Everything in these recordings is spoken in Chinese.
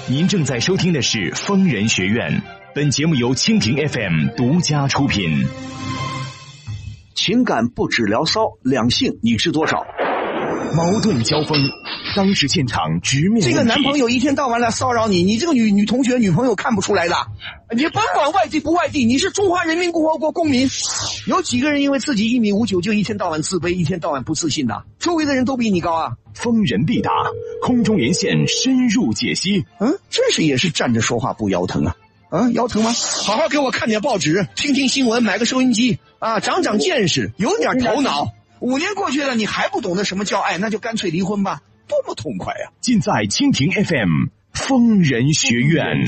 您正在收听的是疯人学院，本节目由蜻蜓 FM 独家出品。 情感不止聊骚，两性你知多少？ 矛盾交锋，当时现场直面问题。 这个男朋友一天到晚来骚扰你，你这个女同学女朋友看不出来的。你甭管外地不外地，你是中华人民共和国公民。有几个人因为自己1.59米就一天到晚自卑，一天到晚不自信的？周围的人都比你高啊！ 疯人必答，空中连线深入解析。 真是也是站着说话不腰疼啊！腰疼吗？好好给我看点报纸，听听新闻，买个收音机啊，长长见识，有点头脑。5年过去了，你还不懂得什么叫爱，那就干脆离婚吧，多么痛快啊！ 尽在蜻蜓 FM 疯人学院。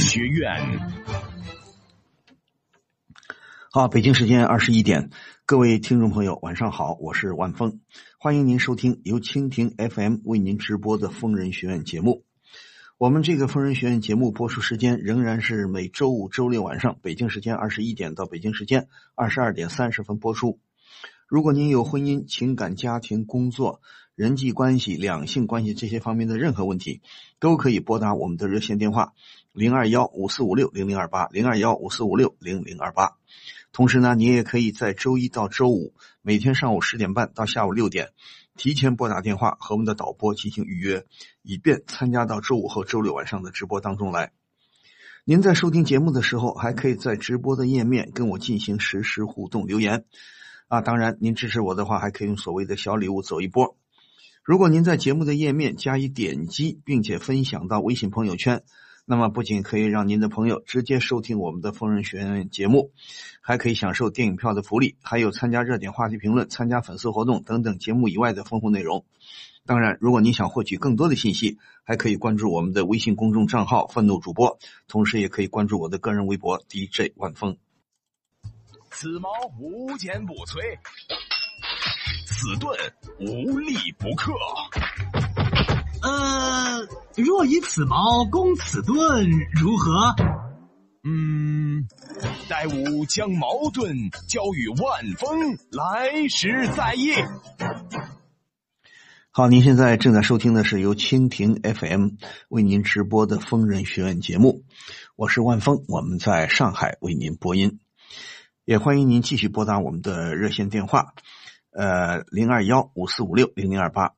好，北京时间21点，各位听众朋友晚上好，我是万峰，欢迎您收听由蜻蜓 FM 为您直播的疯人学院节目。我们这个疯人学院节目播出时间仍然是每周五周六晚上北京时间21点到北京时间22点30分播出。如果您有婚姻、情感、家庭、工作、人际关系、两性关系这些方面的任何问题，都可以拨打我们的热线电话021-5456-0028 021-5456-0028。同时呢，你也可以在周一到周五每天上午10点半到下午6点提前拨打电话和我们的导播进行预约，以便参加到周五和周六晚上的直播当中来。您在收听节目的时候，还可以在直播的页面跟我进行实时互动留言当然您支持我的话，还可以用所谓的小礼物走一波。如果您在节目的页面加以点击并且分享到微信朋友圈，那么不仅可以让您的朋友直接收听我们的疯人学院节目，还可以享受电影票的福利，还有参加热点话题评论、参加粉丝活动等等节目以外的丰富内容。当然，如果您想获取更多的信息，还可以关注我们的微信公众账号愤怒主播，同时也可以关注我的个人微博 DJ 万峰。 此矛无坚不摧，此盾无力不克。 若以此矛攻此盾，如何？ 待吾将矛盾交与万峰，来时再议。 好，您现在正在收听的是由蜻蜓 FM 为您直播的疯人学院节目，我是万峰，我们在上海为您播音，也欢迎您继续拨打我们的热线电话021-5456-0028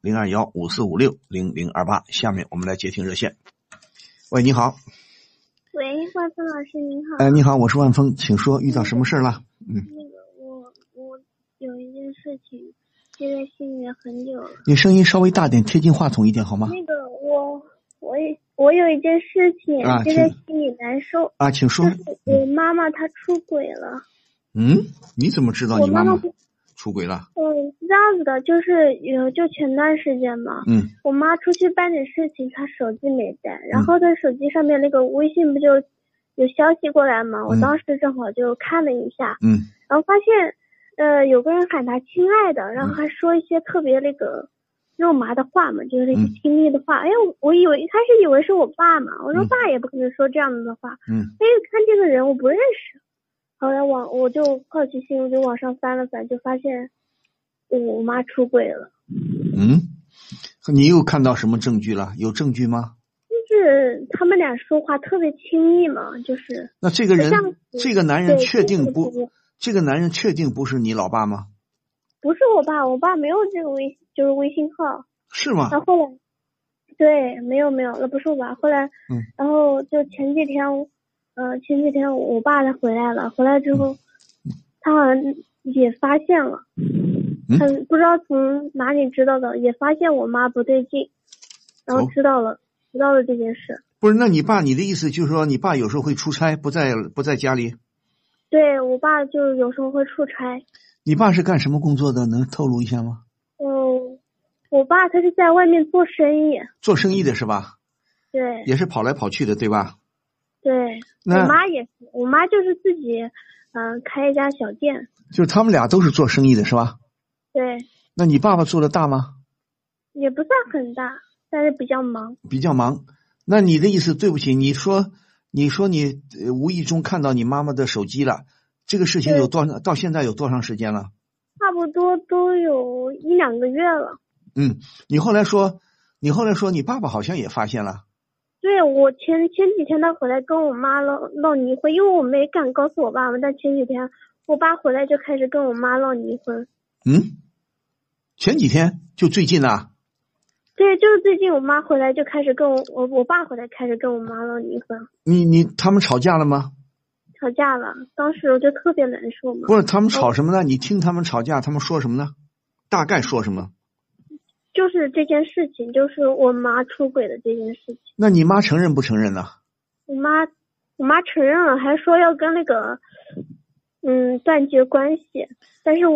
021-5456-0028。下面我们来接听热线。喂，你好。 喂，万峰老师您好。 你好，我是万峰，请说，遇到什么事了？ 那个我有一件事情记在心里面很久了。 你声音稍微大点，贴近话筒一点好吗？ 那个我有一件事情记在心里难受请说。 就是我妈妈她出轨了。 你怎么知道你妈妈出轨了？ 是这样子的，就是就前段时间嘛，我妈出去办点事情，她手机没带，然后她手机上面那个微信不就有消息过来嘛，我当时正好就看了一下，然后发现有个人喊她亲爱的，然后还说一些特别那个肉麻的话嘛，就是那些亲密的话。我以为开始以为是我爸嘛，我说爸也不可能说这样子的话。看这个人我不认识。后来我就好奇心，我就往上翻了翻，就发现我妈出轨了。 你又看到什么证据了？有证据吗？ 就是他们俩说话特别亲密嘛，就是。 那这个男人确定不是你老爸吗？ 不是我爸，我爸没有这个微信号。是吗？然后后来，对，没有，那不是我爸。后来，然后就前几天我爸他回来了，回来之后，他好像也发现了，他不知道从哪里知道的，也发现我妈不对劲，然后知道了这件事。 不是，那你的意思就是说，你爸有时候会出差，不在家里？ 对，我爸就有时候会出差。 你爸是干什么工作的？能透露一下吗？ 我爸他是在外面做生意。做生意的是吧？ 对。 也是跑来跑去的，对吧？ 对，我妈也是，我妈就是自己开一家小店。 就是他们俩都是做生意的是吧？ 对。 那你爸爸做的大吗？ 也不算很大，但是比较忙。 那你的意思，对不起，你说你无意中看到你妈妈的手机了，这个事情到现在有多长时间了？ 差不多都有1-2个月了。 你后来说你爸爸好像也发现了。 对，我前几天他回来跟我妈闹离婚，因为我没敢告诉我爸嘛，但前几天我爸回来就开始跟我妈闹离婚。 前几天就最近啊？ 对，就是最近我妈回来就开始跟我爸回来开始跟我妈闹离婚。 他们吵架了吗？ 吵架了，当时我就特别难受嘛。 不是，他们吵什么呢？你听他们吵架，他们说什么呢？大概说什么？ 就是这件事情，就是我妈出轨的这件事情。 那你妈承认不承认呢？ 我妈承认了，还说要跟那个断绝关系，但是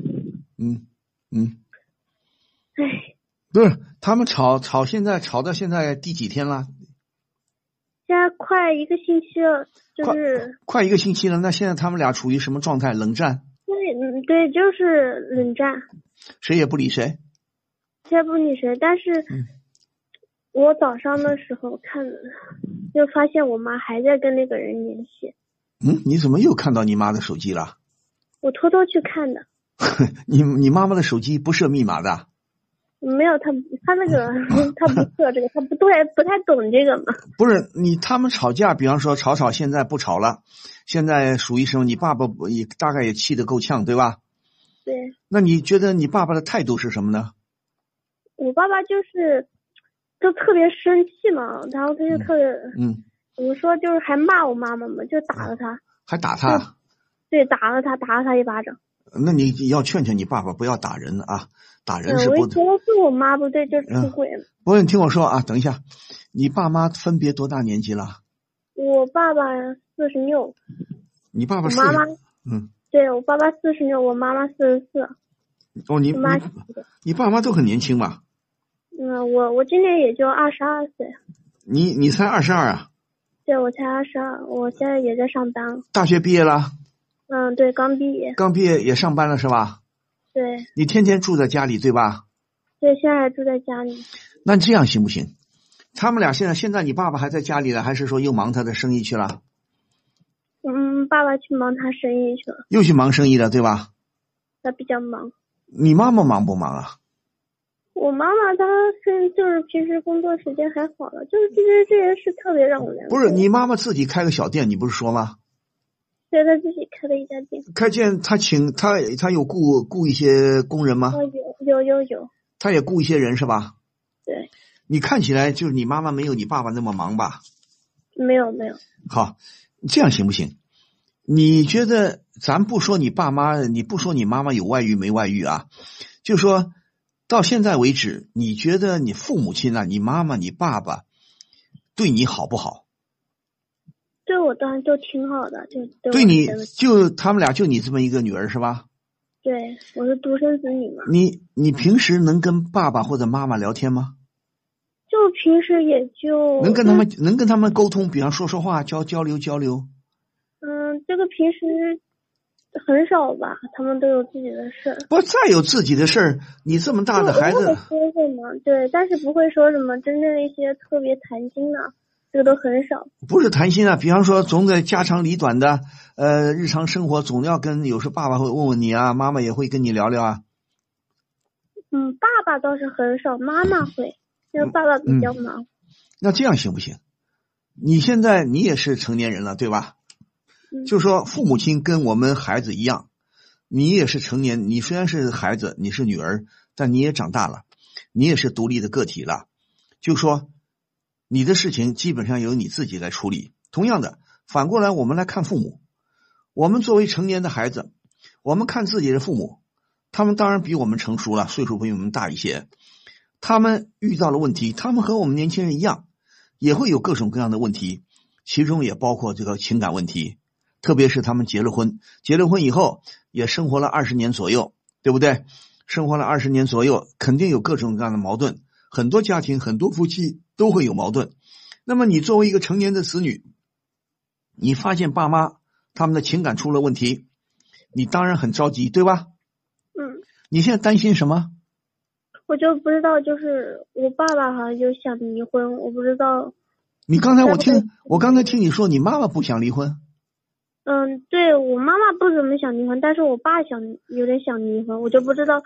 唉， 不是，他们吵现在吵到现在第几天了？ 现在快1个星期了，就是快1个星期了。那现在他们俩处于什么状态？冷战？ 对，就是冷战， 谁也不理谁。 谁也不理谁，但是我早上的时候看，就发现我妈还在跟那个人联系。 你怎么又看到你妈的手机了？ 我偷偷去看的。 你妈妈的手机不设密码的？ 没有，他那个他不设这个，他不太懂这个嘛。 不是他们吵架，比方说吵，现在不吵了，现在属于什么？你爸爸也大概也气得够呛，对吧？ 对。那你觉得你爸爸的态度是什么呢？ 我爸爸就特别生气嘛，然后他就特别怎么说，就是还骂我妈妈嘛，就打了他。还打他？对，打了他1巴掌。 那你要劝劝你爸爸不要打人啊，打人是不。 我觉得是我妈不对，就出轨了。 不是，你听我说啊，等一下，你爸妈分别多大年纪了？ 我爸爸46。 你爸爸我妈妈对，我爸爸46，我妈妈44。 你爸妈都很年轻嘛？ 我今年也就22岁。 你才22啊？ 对，我才22，我现在也在上班。 大学毕业了？ 对，刚毕业。 刚毕业也上班了是吧？ 对。 你天天住在家里对吧？ 对，现在还住在家里。 那这样行不行？他们俩现在你爸爸还在家里了，还是说又忙他的生意去了？ 爸爸去忙他生意去了。 又去忙生意了对吧？ 他比较忙。 你妈妈忙不忙啊？ 我妈妈她就是平时工作时间还好了，就是其实这件事特别让我难过。 不是，你妈妈自己开个小店，你不是说吗？ 对，她自己开了一家店。 开店，她有雇一些工人吗？ 有。 她也雇一些人是吧？ 对。 你看起来就是你妈妈没有你爸爸那么忙吧？ 没有。 好，这样行不行？你觉得咱不说你爸妈，你不说你妈妈有外遇没外遇啊，就说到现在为止，你觉得你父母亲啊，你妈妈你爸爸对你好不好？ 对我当然都挺好的，就对你就他们俩就你这么一个女儿是吧？ 对，我是独生子女嘛。 你平时能跟爸爸或者妈妈聊天吗？ 就平时也就能跟他们沟通，比方说话交流。 这个平时很少吧，他们都有自己的事。 不，再有自己的事儿，你这么大的孩子， 说什么对，但是不会说什么真正的一些特别谈心的，这个都很少。不是谈心啊，比方说总得家长里短的，日常生活总要跟，有时候爸爸会问问你啊，妈妈也会跟你聊聊啊。 爸爸倒是很少，妈妈会，因为爸爸比较忙。 那这样行不行？你现在你也是成年人了，对吧？就说父母亲跟我们孩子一样，你也是成年，你虽然是孩子，你是女儿，但你也长大了，你也是独立的个体了。就说你的事情基本上由你自己来处理。同样的，反过来我们来看父母，我们作为成年的孩子，我们看自己的父母，他们当然比我们成熟了，岁数比我们大一些，他们遇到了问题，他们和我们年轻人一样，也会有各种各样的问题，其中也包括这个情感问题。特别是他们结了婚以后也生活了20年左右，对不对？生活了20年左右，肯定有各种各样的矛盾，很多家庭很多夫妻都会有矛盾。那么你作为一个成年的子女，你发现爸妈他们的情感出了问题，你当然很着急，对吧？你现在担心什么？ 我就不知道，就是我爸爸好像就想离婚，我不知道。 我刚才听你说你妈妈不想离婚。 对，我妈妈不怎么想离婚，但是我爸有点想离婚，我就不知道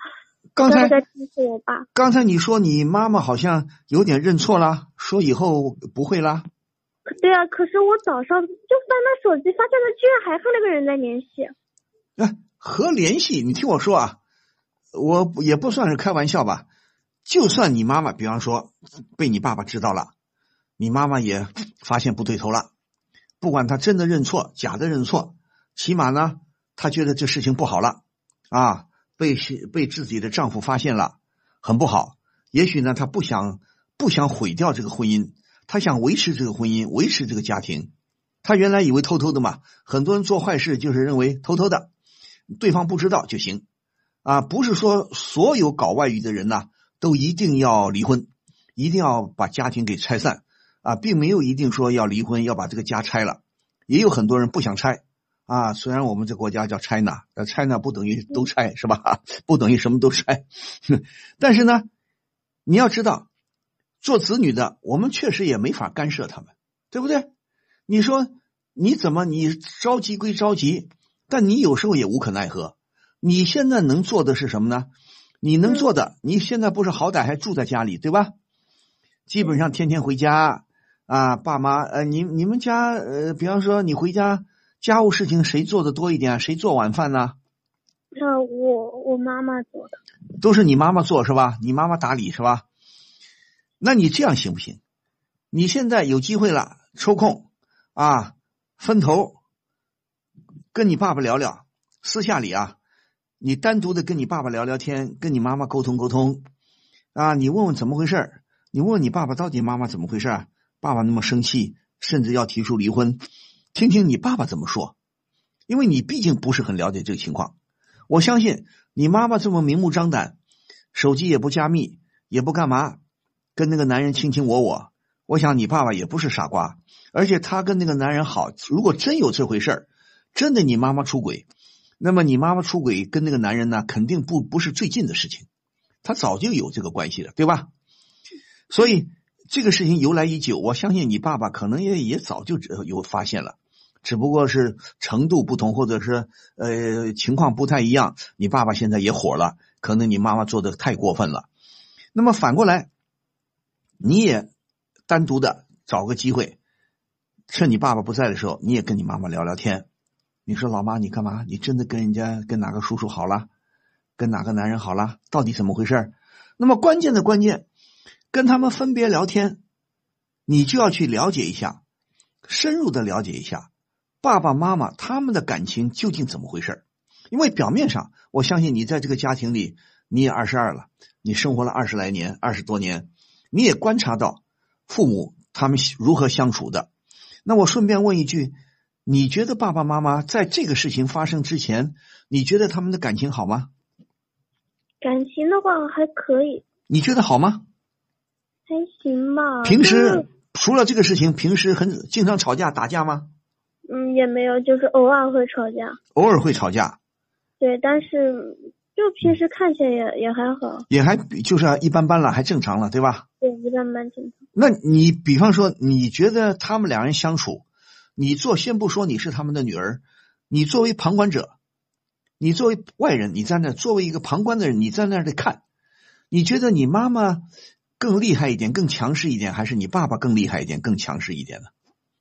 刚才在支持我爸。 刚才你说你妈妈好像有点认错了，说以后不会啦。 对啊，可是我早上就翻他手机，发现他居然还和那个人在联系。 和联系，你听我说啊，我也不算是开玩笑吧。就算你妈妈，比方说被你爸爸知道了，你妈妈也发现不对头了，不管他真的认错，假的认错，起码呢，他觉得这事情不好了啊，被自己的丈夫发现了，很不好。也许呢，他不想毁掉这个婚姻，他想维持这个婚姻，维持这个家庭。他原来以为偷偷的嘛，很多人做坏事就是认为偷偷的，对方不知道就行啊，不是说所有搞外遇的人呢都一定要离婚，一定要把家庭给拆散啊，并没有一定说要离婚要把这个家拆了，也有很多人不想拆啊。虽然我们这国家叫 China， 但 China 不等于都拆是吧？不等于什么都拆。但是呢，你要知道，做子女的我们确实也没法干涉他们，对不对？你说你着急归着急，但你有时候也无可奈何。你现在能做的是什么呢？你能做的，你现在不是好歹还住在家里，对吧？基本上天天回家啊，爸妈你们家比方说你回家家务事情谁做的多一点？谁做晚饭呢？ 我妈妈做的。 都是你妈妈做是吧？你妈妈打理是吧？那你这样行不行？你现在有机会了，抽空啊，分头跟你爸爸聊聊，私下里啊，你单独的跟你爸爸聊聊天，跟你妈妈沟通沟通啊，你问问怎么回事，你问问你爸爸到底妈妈怎么回事啊？爸爸那么生气，甚至要提出离婚，听听你爸爸怎么说，因为你毕竟不是很了解这个情况。我相信你妈妈这么明目张胆，手机也不加密，也不干嘛，跟那个男人卿卿我我，我想你爸爸也不是傻瓜，而且他跟那个男人好，如果真有这回事儿，真的你妈妈出轨，那么你妈妈出轨跟那个男人呢，肯定不是最近的事情，他早就有这个关系了，对吧？所以这个事情由来已久，我相信你爸爸可能也早就有发现了，只不过是程度不同，或者是情况不太一样，你爸爸现在也火了，可能你妈妈做的太过分了。那么反过来，你也单独的找个机会，趁你爸爸不在的时候，你也跟你妈妈聊聊天。你说老妈你干嘛？你真的跟哪个叔叔好了？跟哪个男人好了？到底怎么回事？那么关键，跟他们分别聊天，你就要去了解一下，深入的了解一下爸爸妈妈他们的感情究竟怎么回事。因为表面上我相信你在这个家庭里你也22了，你生活了20来年，20多年，你也观察到父母他们如何相处的。那我顺便问一句，你觉得爸爸妈妈在这个事情发生之前，你觉得他们的感情好吗？ 感情的话还可以。 你觉得好吗？ 还行吧。 平时除了这个事情，平时经常吵架打架吗？ 也没有，就是偶尔会吵架。 偶尔会吵架。 对，但是就平时看起来也还好。 也还就是一般般了，还正常了，对吧？ 对，一般般正常。 那你比方说，你觉得他们两人相处，先不说你是他们的女儿，你作为旁观者，你作为外人，你在那作为一个旁观的人，你在那里看，你觉得你妈妈更厉害一点，更强势一点，还是你爸爸更厉害一点，更强势一点呢？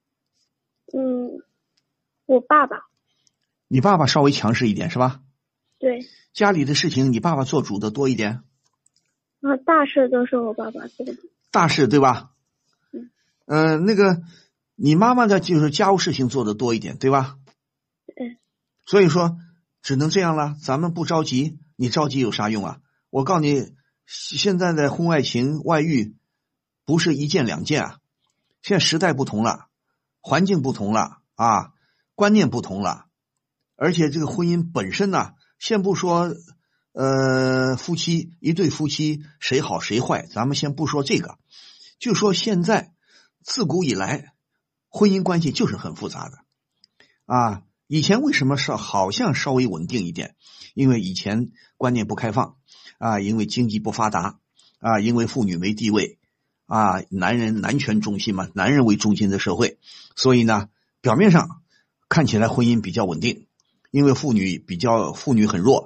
我爸爸。 你爸爸稍微强势一点是吧？ 对。 家里的事情你爸爸做主的多一点？ 大事都是我爸爸做的。 大事对吧？那个你妈妈的就是家务事情做的多一点，对吧？ 对。 所以说只能这样了，咱们不着急，你着急有啥用啊？我告诉你，现在的婚外情外遇不是一件两件啊，现在时代不同了，环境不同了啊，观念不同了，而且这个婚姻本身呢，先不说一对夫妻谁好谁坏，咱们先不说这个，就说现在自古以来婚姻关系就是很复杂的啊。以前为什么好像稍微稳定一点？因为以前观念不开放啊，因为经济不发达啊，因为妇女没地位啊，男权中心嘛，男人为中心的社会，所以呢，表面上看起来婚姻比较稳定，因为妇女很弱，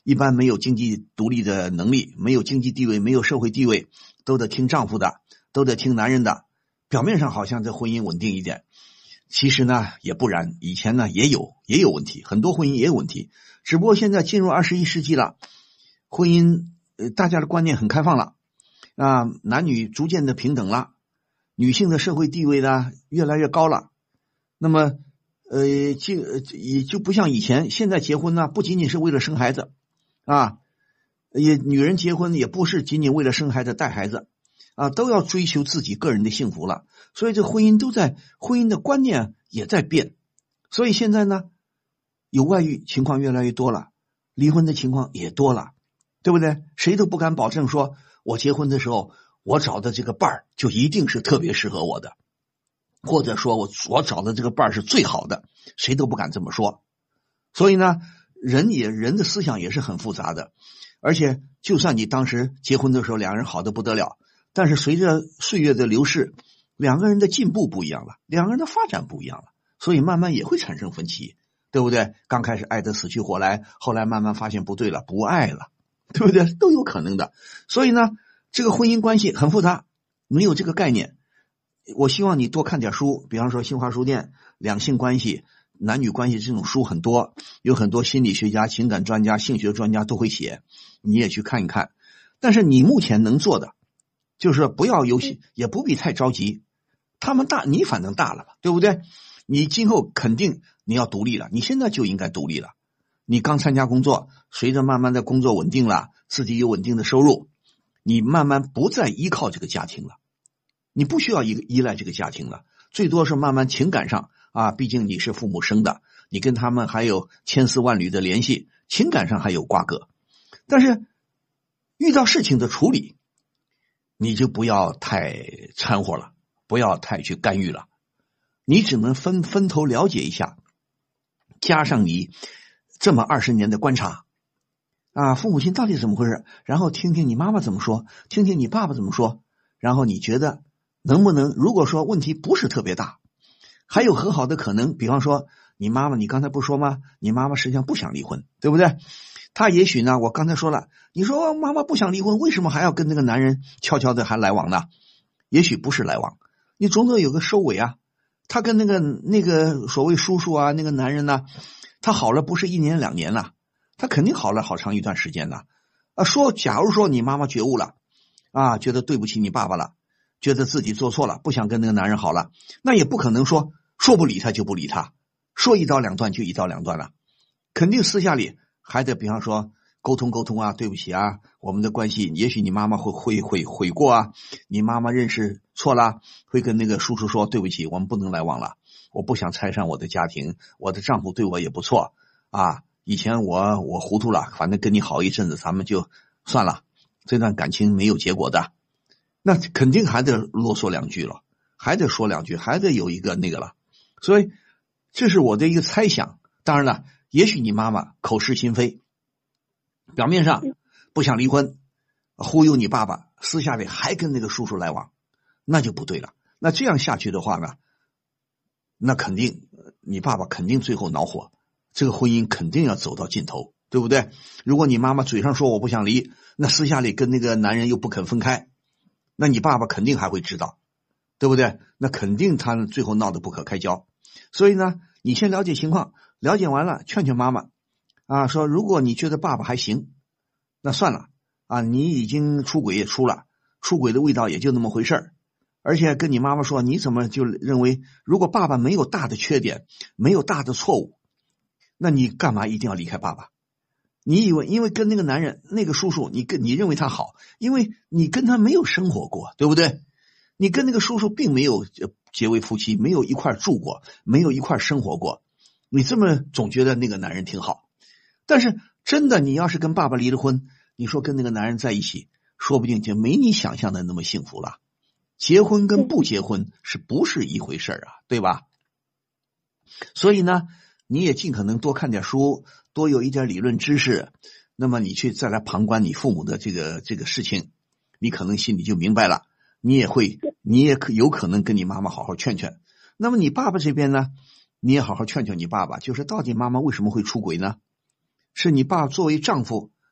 一般没有经济独立的能力，没有经济地位，没有社会地位，都得听丈夫的，都得听男人的。表面上好像这婚姻稳定一点，其实呢也不然，以前呢也有问题，很多婚姻也有问题，只不过现在进入21世纪了，婚姻大家的观念很开放了啊，男女逐渐的平等了，女性的社会地位呢越来越高了。那么也就不像以前，现在结婚呢不仅仅是为了生孩子啊，女人结婚也不是仅仅为了生孩子带孩子啊，都要追求自己个人的幸福了。所以这婚姻的观念也在变。所以现在呢，有外遇情况越来越多了，离婚的情况也多了，对不对？谁都不敢保证说我结婚的时候我找的这个伴儿就一定是特别适合我的，或者说我找的这个伴儿是最好的，谁都不敢这么说。所以呢，人的思想也是很复杂的，而且就算你当时结婚的时候两个人好的不得了，但是随着岁月的流逝，两个人的进步不一样了，两个人的发展不一样了，所以慢慢也会产生分歧，对不对？刚开始爱得死去活来，后来慢慢发现不对了，不爱了，对不对？都有可能的。所以呢，这个婚姻关系很复杂，没有这个概念。我希望你多看点书，比方说新华书店两性关系、男女关系这种书很多，有很多心理学家、情感专家、性学专家都会写，你也去看一看。但是你目前能做的就是不要游戏，也不必太着急。他们大，你反正大了吧，对不对？你今后肯定你要独立了，你现在就应该独立了。你刚参加工作，随着慢慢的工作稳定了，自己有稳定的收入，你慢慢不再依靠这个家庭了，你不需要依赖这个家庭了，最多是慢慢情感上啊，毕竟你是父母生的，你跟他们还有千丝万缕的联系，情感上还有瓜葛。但是遇到事情的处理，你就不要太掺和了，不要太去干预了，你只能分头了解一下，加上你这么20年的观察啊，父母亲到底怎么回事，然后听听你妈妈怎么说，听听你爸爸怎么说，然后你觉得能不能，如果说问题不是特别大，还有很好的可能，比方说你妈妈，你刚才不说吗？你妈妈实际上不想离婚，对不对？她也许呢，我刚才说了，你说妈妈不想离婚，为什么还要跟那个男人悄悄的还来往呢？也许不是来往，你总得有个收尾啊。他跟那个所谓叔叔啊，那个男人呢，他好了不是1年2年了，他肯定好了好长一段时间了啊。假如说你妈妈觉悟了啊，觉得对不起你爸爸了，觉得自己做错了，不想跟那个男人好了，那也不可能说不理他就不理他，说一刀两断就一刀两断了，肯定私下里还得比方说沟通啊，对不起啊，我们的关系，也许你妈妈会悔过啊，你妈妈认识错了，会跟那个叔叔说对不起，我们不能来往了，我不想拆散我的家庭，我的丈夫对我也不错啊，以前我糊涂了，反正跟你好一阵子，咱们就算了，这段感情没有结果的，那肯定还得啰嗦两句了，还得说两句，还得有一个那个了。所以这是我的一个猜想，当然了，也许你妈妈口是心非，表面上不想离婚，忽悠你爸爸，私下里还跟那个叔叔来往，那就不对了。那这样下去的话呢，那肯定你爸爸肯定最后恼火，这个婚姻肯定要走到尽头，对不对？如果你妈妈嘴上说我不想离，那私下里跟那个男人又不肯分开，那你爸爸肯定还会知道，对不对？那肯定他最后闹得不可开交。所以呢，你先了解情况，了解完了劝劝妈妈啊，说如果你觉得爸爸还行，那算了啊，你已经出轨也出了，出轨的味道也就那么回事儿。而且跟你妈妈说，你怎么就认为如果爸爸没有大的缺点，没有大的错误，那你干嘛一定要离开爸爸？你以为因为跟那个男人那个叔叔，你认为他好，因为你跟他没有生活过，对不对？你跟那个叔叔并没有结为夫妻，没有一块住过，没有一块生活过，你这么总觉得那个男人挺好。但是真的你要是跟爸爸离了婚，你说跟那个男人在一起，说不定就没你想象的那么幸福了。结婚跟不结婚是不是一回事啊，对吧？所以呢，你也尽可能多看点书，多有一点理论知识，那么你去再来旁观你父母的这个事情，你可能心里就明白了，你也有可能跟你妈妈好好劝劝。那么你爸爸这边呢，你也好好劝劝你爸爸，就是到底妈妈为什么会出轨呢？是你爸作为丈夫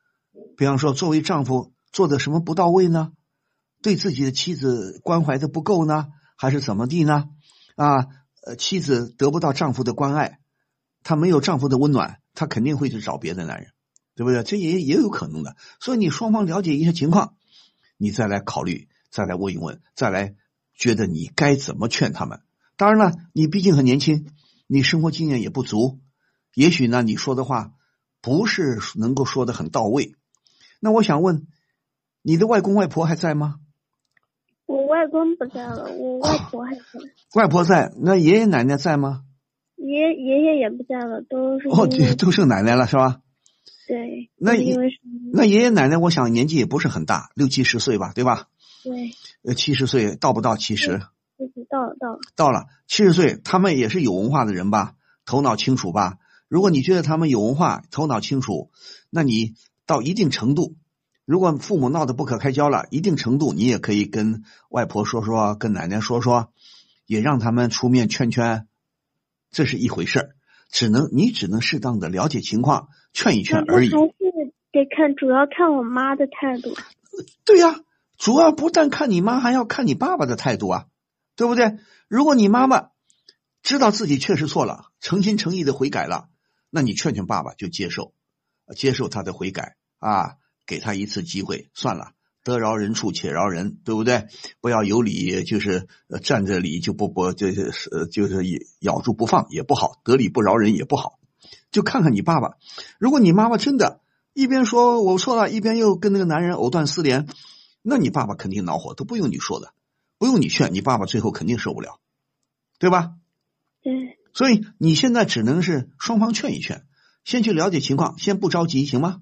比方说作为丈夫做的什么不到位呢？对自己的妻子关怀的不够呢？还是怎么地呢？妻子得不到丈夫的关爱，她没有丈夫的温暖，她肯定会去找别的男人，对不对？这也有可能的。所以你双方了解一下情况，你再来考虑，再来问一问，再来觉得你该怎么劝他们。当然了，你毕竟很年轻，你生活经验也不足，也许呢你说的话不是能够说得很到位。那我想问，你的外公外婆还在吗？ 我外公不在了，我外婆还在。 外婆在，那爷爷奶奶在吗？ 爷爷也不在了，都是都剩奶奶了是吧？ 对。 那爷爷奶奶我想年纪也不是很大，60、70岁吧，对吧？ 对。 70岁到不到70？到了70岁，他们也是有文化的人吧，头脑清楚吧。如果你觉得他们有文化，头脑清楚，那你到一定程度，如果父母闹得不可开交了，一定程度你也可以跟外婆说说，跟奶奶说说，也让他们出面劝劝，这是一回事儿。你只能适当的了解情况，劝一劝而已。 还是得主要看我妈的态度。 对呀，主要不但看你妈，还要看你爸爸的态度啊，对不对？如果你妈妈知道自己确实错了，诚心诚意的悔改了，那你劝劝爸爸就接受他的悔改啊，给他一次机会，算了，得饶人处且饶人，对不对？不要有理就是占着理就就是咬住不放也不好，得理不饶人也不好。就看看你爸爸，如果你妈妈真的一边说我错了，一边又跟那个男人藕断丝连，那你爸爸肯定恼火，都不用你说的，不用你劝，你爸爸最后肯定受不了，对吧？ 对。 所以你现在只能是双方劝一劝，先去了解情况，先不着急，行吗？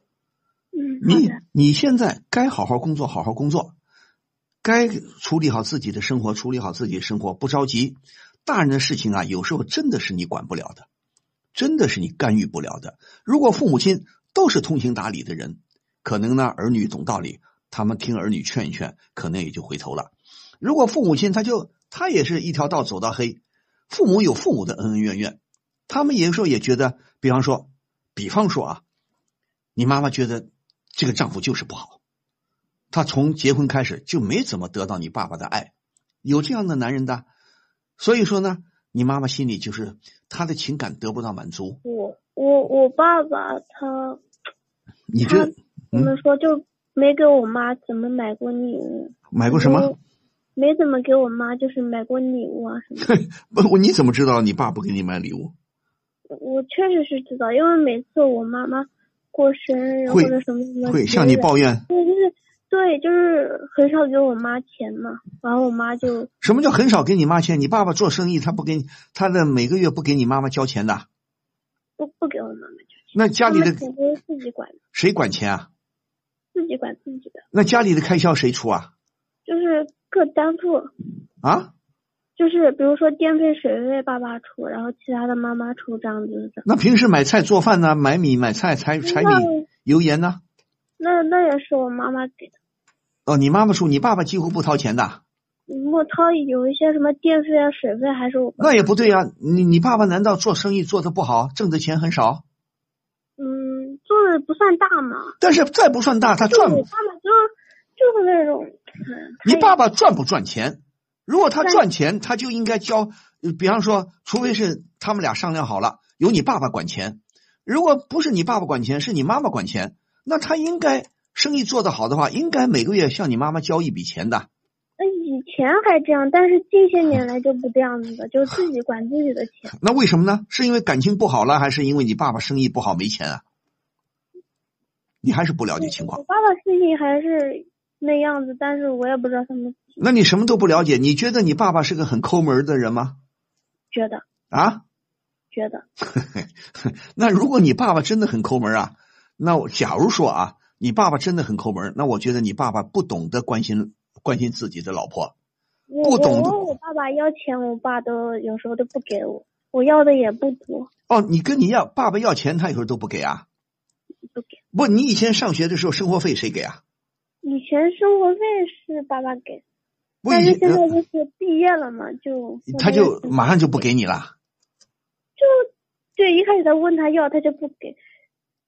你现在该好好工作，该处理好自己的生活，不着急。大人的事情啊，有时候真的是你管不了的，真的是你干预不了的。如果父母亲都是通情达理的人，可能呢儿女懂道理，他们听儿女劝一劝，可能也就回头了。如果父母亲他也是一条道走到黑，父母有父母的恩恩怨怨，他们有时候也觉得，比方说啊，你妈妈觉得这个丈夫就是不好，他从结婚开始就没怎么得到你爸爸的爱，有这样的男人的。所以说呢，你妈妈心里就是他的情感得不到满足。 我爸爸他怎么说，就没给我妈怎么买过礼物。 买过什么？ 没怎么给我妈就是买过礼物啊什么的。 不，你怎么知道你爸不给你买礼物？ 我确实是知道，因为每次我妈妈过生日或者什么会向你抱怨。 对，就是很少给我妈钱嘛，然后我妈就。 什么叫很少给你妈钱？你爸爸做生意，他不给你，他的每个月不给你妈妈交钱的。 不给我妈妈交钱。 那家里的钱都是自己管的。 谁管钱啊？ 自己管自己的。 那家里的开销谁出啊？ 就是各担负。 啊？ 就是比如说电费水费爸爸出，然后其他的妈妈出，这样子的。 那平时买菜做饭呢？买米买菜柴米油盐呢？ 那也是我妈妈给的。 哦，你妈妈出，你爸爸几乎不掏钱的。 我掏有一些什么电费啊水费还是我爸。 那也不对啊，你爸爸难道做生意做得不好，挣的钱很少？ 做的不算大嘛。 但是再不算大，他赚。 我爸爸就是那种。 你爸爸赚不赚钱？如果他赚钱，他就应该交，比方说，除非是他们俩商量好了，由你爸爸管钱。如果不是你爸爸管钱，是你妈妈管钱，那他应该生意做得好的话，应该每个月向你妈妈交一笔钱的。 以前还这样，但是近些年来就不这样子的，就自己管自己的钱。 那为什么呢？是因为感情不好了，还是因为你爸爸生意不好没钱啊？你还是不了解情况。 我爸爸生意还是那样子，但是我也不知道他们。 那你什么都不了解，你觉得你爸爸是个很抠门的人吗？ 觉得。 啊？ 觉得。 那如果你爸爸真的很抠门啊，那假如说啊，你爸爸真的很抠门，那我觉得你爸爸不懂得关心自己的老婆，不懂得。 我爸爸要钱，我爸都有时候都不给我，我要的也不多。 哦，你跟爸爸要钱，他有时候都不给啊？ 不给。 不，你以前上学的时候生活费谁给啊？ 以前生活费是爸爸给，但是现在就是毕业了嘛， 他就马上就不给你了。 对，一开始他问他要，他就不给。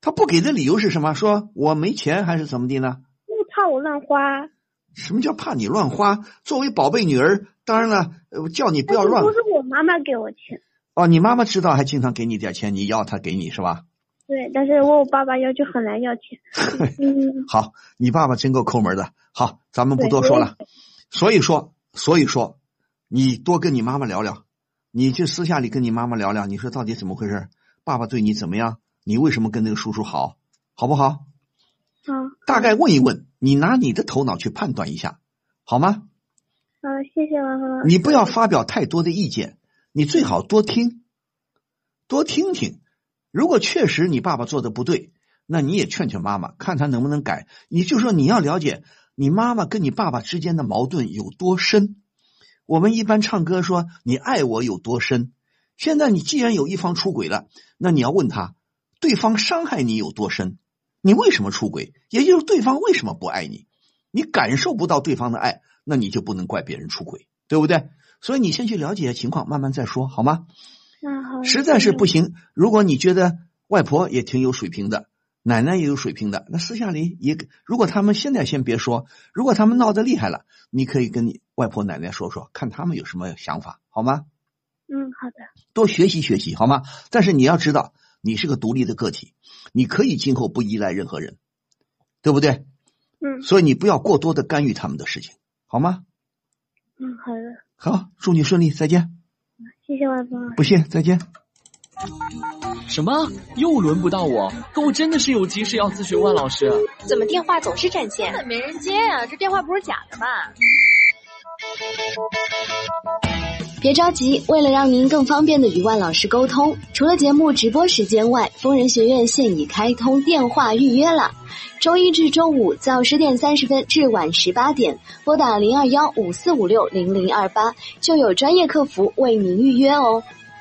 他不给的理由是什么？说我没钱还是怎么的呢？ 怕我乱花。 什么叫怕你乱花？作为宝贝女儿，当然了，叫你不要乱。 不是我妈妈给我钱。 哦，你妈妈知道还经常给你点钱，你要她给你是吧？ 对，但是我爸爸要求很难要钱。 好，你爸爸真够抠门的。好，咱们不多说了。所以说，你多跟你妈妈聊聊，你就私下里跟你妈妈聊聊，你说到底怎么回事？爸爸对你怎么样？你为什么跟那个叔叔好？好不好？大概问一问，你拿你的头脑去判断一下，好吗？ 谢谢王老师。 你不要发表太多的意见，你最好多听听。如果确实你爸爸做的不对，那你也劝劝妈妈，看他能不能改。你就说你要了解你妈妈跟你爸爸之间的矛盾有多深。我们一般唱歌说你爱我有多深，现在你既然有一方出轨了，那你要问他对方伤害你有多深，你为什么出轨，也就是对方为什么不爱你，你感受不到对方的爱，那你就不能怪别人出轨，对不对？所以你先去了解情况，慢慢再说，好吗？ 好。 实在是不行，如果你觉得外婆也挺有水平的，奶奶也有水平的，那私下里也，如果他们现在先别说，如果他们闹得厉害了，你可以跟你外婆奶奶说说，看他们有什么想法，好吗？ 好的。 多学习学习，好吗？但是你要知道，你是个独立的个体，你可以今后不依赖任何人，对不对？所以你不要过多的干预他们的事情，好吗？ 好的。 好，祝你顺利，再见。 谢谢外婆。 不谢，再见。 什么？又轮不到我？可我真的是有急事要咨询万老师。 怎么电话总是占线？ 根本没人接啊！这电话不是假的吧？ 别着急，为了让您更方便的与万老师沟通，除了节目直播时间外，疯人学院现已开通电话预约了。周一至周五早10点30分至晚18点，拨打021-5456-0028，就有专业客服为您预约哦。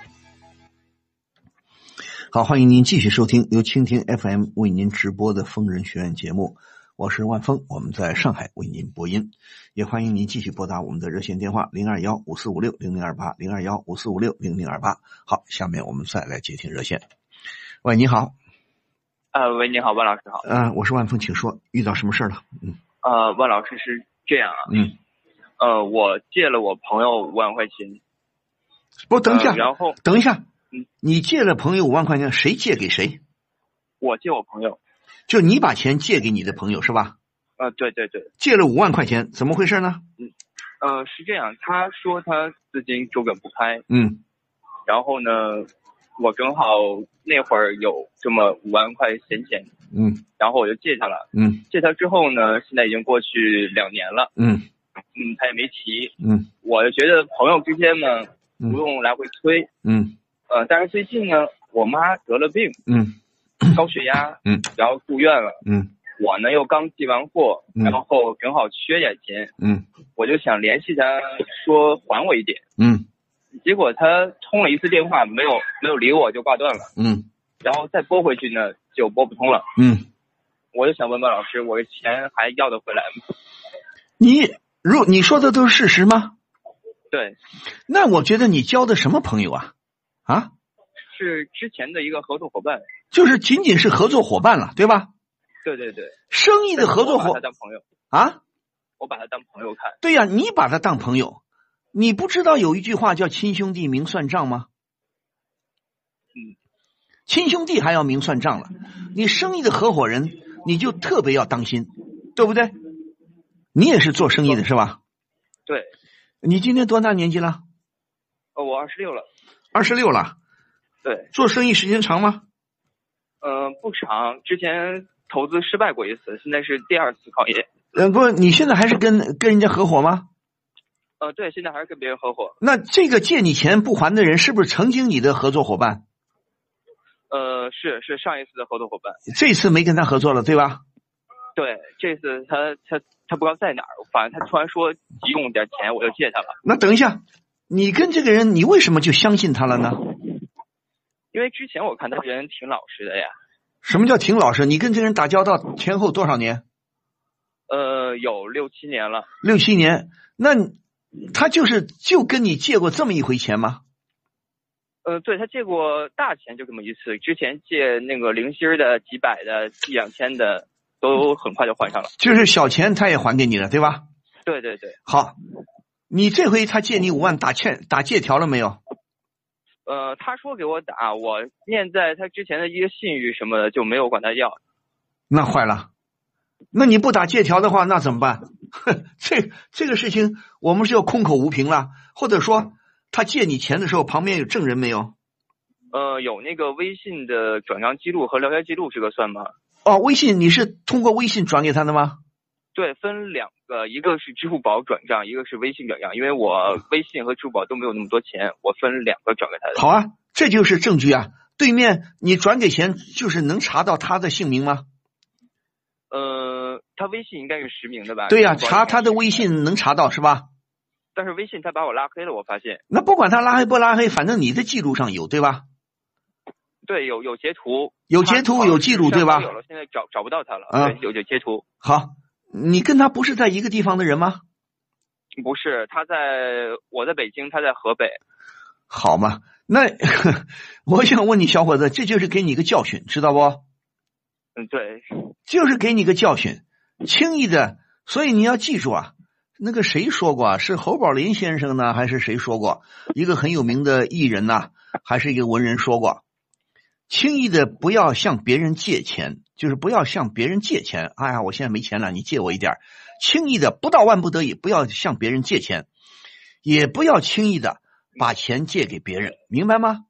好，欢迎您继续收听由蜻蜓 FM 为您直播的疯人学院节目，我是万峰，我们在上海为您播音，也欢迎您继续拨打我们的热线电话021-5456-0028 021-5456-0028。好，下面我们再来接听热线。喂，你好。 喂，你好，万老师好。 我是万峰，请说，遇到什么事了？ 万老师是这样啊。我借了我朋友5万块钱。 不，等一下， 然后等一下，你借了朋友5万块钱，谁借给谁？ 我借我朋友。 就你把钱借给你的朋友是吧？ 对对对。 借了5万块钱，怎么回事呢？ 是这样，他说他资金周转不开。然后呢，我正好那会儿有这么5万块闲钱。然后我就借他了。借他之后呢，现在已经过去2年了。他也没提。我就觉得朋友之间呢，不用来回催。但是最近呢，我妈得了病。高血压。然后住院了。我呢又刚寄完货，然后正好缺点钱。我就想联系他，说还我一点。结果他通了一次电话，没有理我，就挂断了。然后再拨回去呢，就拨不通了。我就想问问老师，我的钱还要得回来吗？ 你说的都是事实吗？ 对。 那我觉得你交的什么朋友啊？ 是之前的一个合作伙伴。 就是仅仅是合作伙伴了，对吧？ 对对对。 生意的合作伙伴。 我把他当朋友。我把他当朋友看。 对呀，你把他当朋友。你不知道有一句话叫亲兄弟明算账吗？亲兄弟还要明算账了，你生意的合伙人你就特别要当心，对不对？你也是做生意的是吧？ 对。 你今年多大年纪了？ 我26了。 26了？ 对。 做生意时间长吗？ 不长，之前投资失败过一次，现在是第2次创业。 不，你现在还是跟人家合伙吗？ 对，现在还是跟别人合伙。 那这个借你钱不还的人是不是曾经你的合作伙伴？ 是上一次的合作伙伴。 这次没跟他合作了，对吧？ 对，这次他不知道在哪儿，反正他突然说急用点钱，我就借他了。 那等一下，你跟这个人，你为什么就相信他了呢？ 因为之前我看他人挺老实的呀。 什么叫挺老实？你跟这个人打交道前后多少年？ 有6、7年了。 6、7年，那他就跟你借过这么一回钱吗？ 对，他借过大钱就这么一次，之前借那个零星的几百的、1-2000的，都很快就还上了。 就是小钱他也还给你了，对吧？ 对对对。 好，你这回他借你5万打借条了没有？ 他说给我打，我念在他之前的一个信誉什么的，就没有管他要。 那坏了，那你不打借条的话，那怎么办？这个事情我们是要空口无凭了，或者说他借你钱的时候旁边有证人没有？ 有那个微信的转账记录和聊天记录，这个算吗？ 哦，微信你是通过微信转给他的吗？ 对，分2个，一个是支付宝转账，一个是微信转账。因为我微信和支付宝都没有那么多钱，我分2个转给他的。 好啊，这就是证据啊！对面你转给钱，就是能查到他的姓名吗？ 他微信应该是实名的吧？ 对呀，查他的微信能查到是吧？ 但是微信他把我拉黑了，我发现。 那不管他拉黑不拉黑，反正你的记录上有，对吧？ 对，有截图， 有截图有记录，对吧？ 有了，现在找不到他了。对，有截图。 好，你跟他不是在一个地方的人吗？ 不是，我在北京，他在河北。 好嘛，那我想问你，小伙子，这就是给你个教训，知道不？ 对， 就是给你个教训，轻易的，所以你要记住啊。那个谁说过啊？是侯宝林先生呢，还是谁说过？一个很有名的艺人呢，还是一个文人说过，轻易的不要向别人借钱，就是不要向别人借钱。哎呀，我现在没钱了，你借我一点。轻易的不到万不得已，不要向别人借钱，也不要轻易的把钱借给别人，明白吗？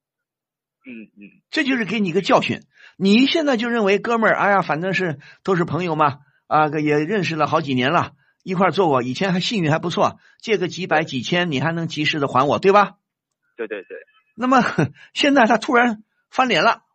这就是给你一个教训。你现在就认为哥们儿，哎呀，反正都是朋友嘛，啊，也认识了好几年了，一块做过，以前还信誉还不错，借个几百几千，你还能及时的还我，对吧？ 对对对。 那么现在他突然翻脸了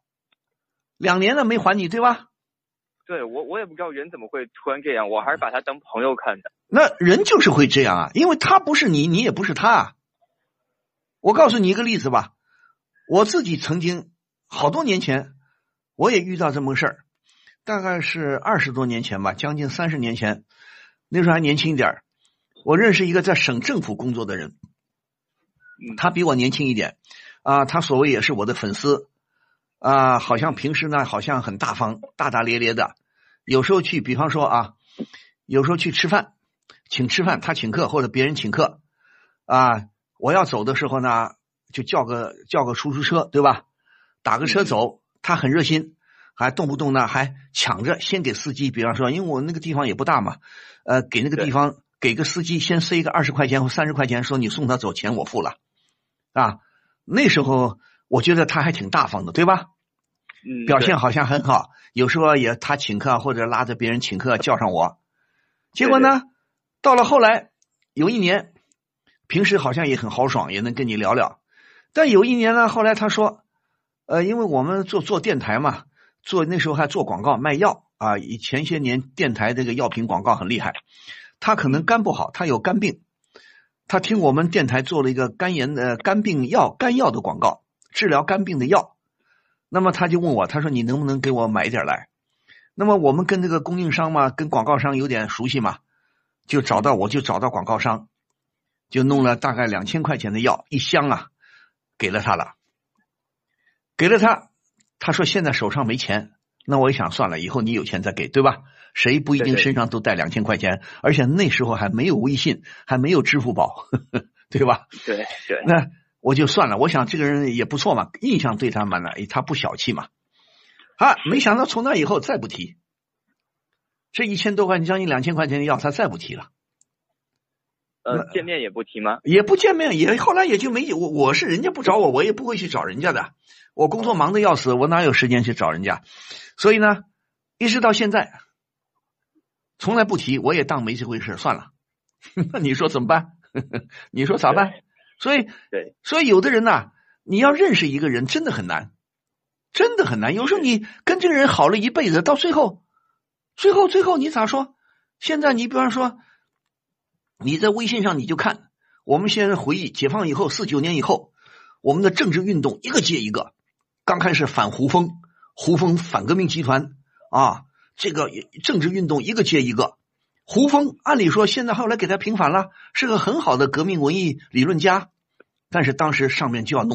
，2年了没还你，对吧？ 对，我也不知道人怎么会突然这样，我还是把他当朋友看的。 那人就是会这样啊，因为他不是你，你也不是他啊。我告诉你一个例子吧，我自己曾经好多年前我也遇到这么个事儿，大概是20多年前吧，将近30年前，那时候还年轻一点。我认识一个在省政府工作的人，他比我年轻一点啊，他所谓也是我的粉丝啊，好像平时呢好像很大方，大大咧咧的。有时候去，比方说啊，有时候去吃饭，请吃饭，他请客或者别人请客啊，我要走的时候呢，就叫个出租车，对吧？打个车走，他很热心，还动不动呢还抢着先给司机，比方说，因为我那个地方也不大嘛，给那个地方给个司机先塞个20块钱或30块钱，说你送他走，钱我付了啊。那时候我觉得他还挺大方的，对吧？表现好像很好，有时候也他请客或者拉着别人请客叫上我。结果呢，到了后来有一年，平时好像也很豪爽，也能跟你聊聊。但有一年呢，后来他说，因为我们做电台嘛，那时候还做广告卖药啊，以前些年电台这个药品广告很厉害。他可能肝不好，他有肝病，他听我们电台做了一个肝药的广告，治疗肝病的药。那么他就问我，他说你能不能给我买点来？那么我们跟这个供应商嘛，跟广告商有点熟悉嘛，就找到广告商，就弄了大概2000块钱的药一箱啊，给了他了。给了他，他说现在手上没钱。那我一想算了，以后你有钱再给，对吧？谁不一定身上都带2000块钱？而且那时候还没有微信，还没有支付宝，对吧？ 对对。 那我就算了，我想这个人也不错嘛，印象对他蛮了，他不小气嘛。啊，没想到从那以后再不提，这1000多块钱将近2000块钱的药，他再不提了。 见面也不提吗？ 也不见面，也后来也就没我是人家不找我，我也不会去找人家的。我工作忙得要死，我哪有时间去找人家？所以呢，一直到现在，从来不提，我也当没这回事，算了。那你说怎么办？你说咋办？所以有的人呢，你要认识一个人真的很难，真的很难。有时候你跟这个人好了一辈子，到最后你咋说？现在你比方说，你在微信上你就看，我们现在回忆解放以后49年以后，我们的政治运动一个接一个。刚开始反胡风反革命集团啊，这个政治运动一个接一个。胡风按理说现在后来给他平反了，是个很好的革命文艺理论家，但是当时上面就要弄他，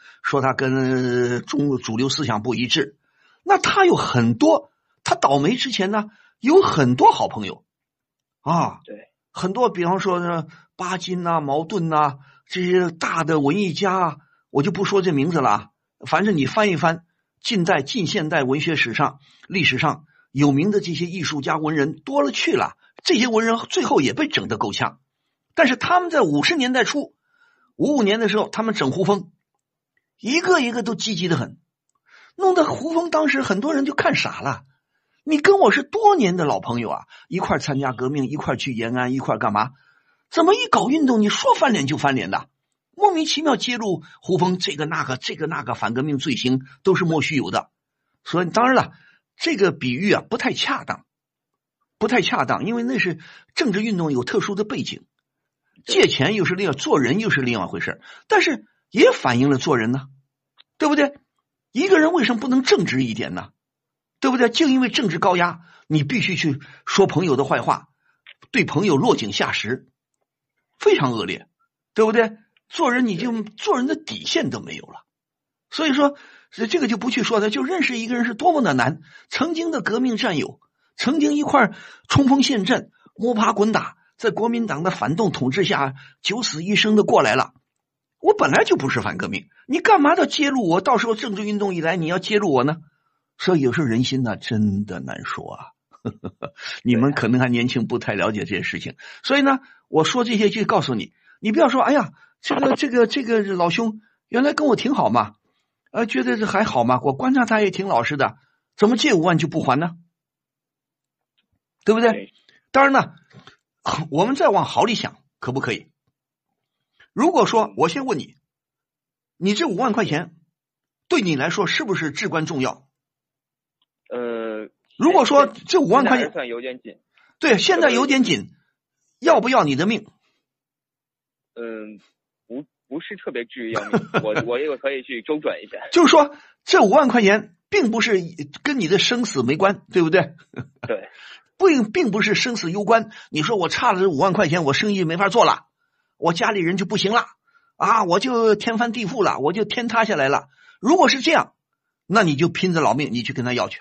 说他跟主流思想不一致。那他有很多，他倒霉之前呢，有很多好朋友啊， 对， 很多，比方说巴金呐、茅盾呐，这些大的文艺家啊，我就不说这名字了，反正你翻一翻近代、近现代文学史上、历史上有名的这些艺术家、文人多了去了，这些文人最后也被整得够呛。但是他们在50年代初、55年的时候，他们整胡风，一个一个都积极得很，弄得胡风当时很多人就看傻了。你跟我是多年的老朋友啊，一块参加革命，一块去延安，一块干嘛？怎么一搞运动，你说翻脸就翻脸的？莫名其妙揭露胡风这个那个反革命罪行都是莫须有的。所以当然了，这个比喻啊不太恰当，因为那是政治运动有特殊的背景，借钱又是另外，做人又是另外一回事，但是也反映了做人呢，对不对？一个人为什么不能正直一点呢？对不对？就因为政治高压，你必须去说朋友的坏话，对朋友落井下石，非常恶劣，对不对？做人你就做人的底线都没有了。所以说这个就不去说的，就认识一个人是多么的难。曾经的革命战友，曾经一块冲锋陷阵、摸爬滚打，在国民党的反动统治下九死一生的过来了。我本来就不是反革命，你干嘛要揭露我？到时候政治运动一来，你要揭露我呢？所以有时候人心呢真的难说啊。你们可能还年轻，不太了解这些事情，所以呢我说这些就告诉你，你不要说哎呀这个老兄原来跟我挺好嘛，觉得这还好嘛，我观察他也挺老实的，怎么借5万就不还呢？对不对？当然呢我们再往好里想，可不可以？如果说我先问你，你这5万块钱对你来说是不是至关重要？如果说这5万块钱算有点紧， 对，现在有点紧，要不要你的命？ 不是特别至于要命，我也可以去周转一下。 就是说，这5万块钱并不是跟你的生死没关，对不对？ 对， 并不是生死攸关。你说我差了这5万块钱，我生意没法做了，我家里人就不行了啊，我就天翻地覆了，我就天塌下来了。如果是这样，那你就拼着老命，你去跟他要去。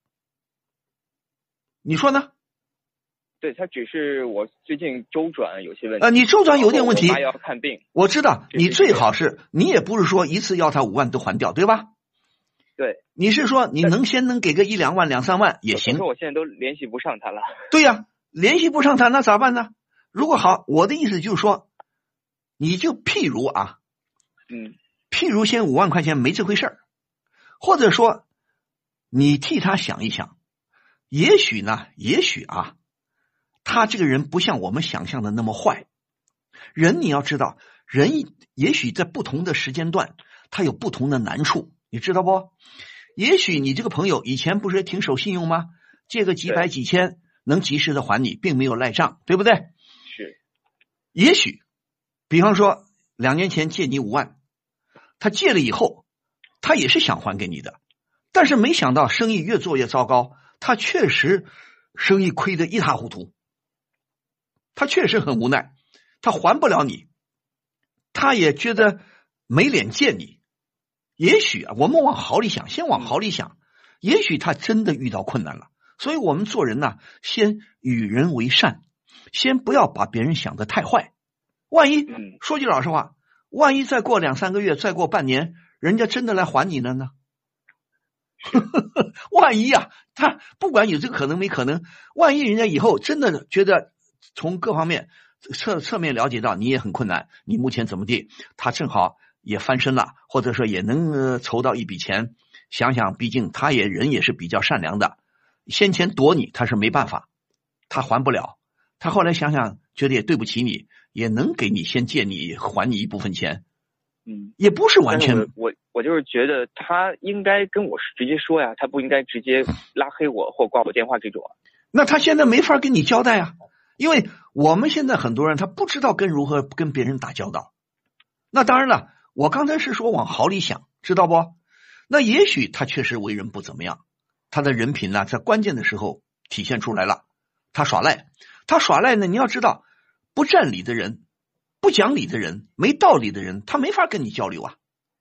你说呢？ 对，他只是我最近周转有些问题。 你周转有点问题， 我妈要看病。 我知道，你最好是你也不是说一次要他5万都还掉，对吧？ 对。 你是说你先能给个1、2万、2、3万也行。 可是我现在都联系不上他了。 对呀，联系不上他那咋办呢？如果好，我的意思就是说，你就譬如啊，譬如先5万块钱没这回事儿，或者说你替他想一想。也许啊，他这个人不像我们想象的那么坏。人你要知道，人也许在不同的时间段，他有不同的难处，你知道不？也许你这个朋友以前不是挺守信用吗？借个几百几千，能及时的还你，并没有赖账，对不对？ 是。 也许，比方说2年前借你5万，他借了以后，他也是想还给你的，但是没想到生意越做越糟糕。他确实生意亏得一塌糊涂，他确实很无奈，他还不了你，他也觉得没脸见你。也许啊，我们往好里想，先往好里想，也许他真的遇到困难了。所以我们做人呢，先与人为善，先不要把别人想得太坏。万一说句老实话，万一再过2、3个月，再过半年，人家真的来还你了呢？万一啊，他不管有这个可能没可能，万一人家以后真的觉得从各方面侧面了解到你也很困难，你目前怎么地，他正好也翻身了，或者说也能筹到一笔钱。想想毕竟他人也是比较善良的，先前躲你他是没办法，他还不了，他后来想想觉得也对不起你，也能给你先借你还你一部分钱。也不是完全。 我就是觉得他应该跟我直接说呀，他不应该直接拉黑我或挂我电话这种。 那他现在没法跟你交代啊，因为我们现在很多人他不知道如何跟别人打交道。那当然了，我刚才是说往好里想，知道不？那也许他确实为人不怎么样，他的人品呢在关键的时候体现出来了。他耍赖呢，你要知道，不占理的人，不讲理的人，没道理的人，他没法跟你交流啊。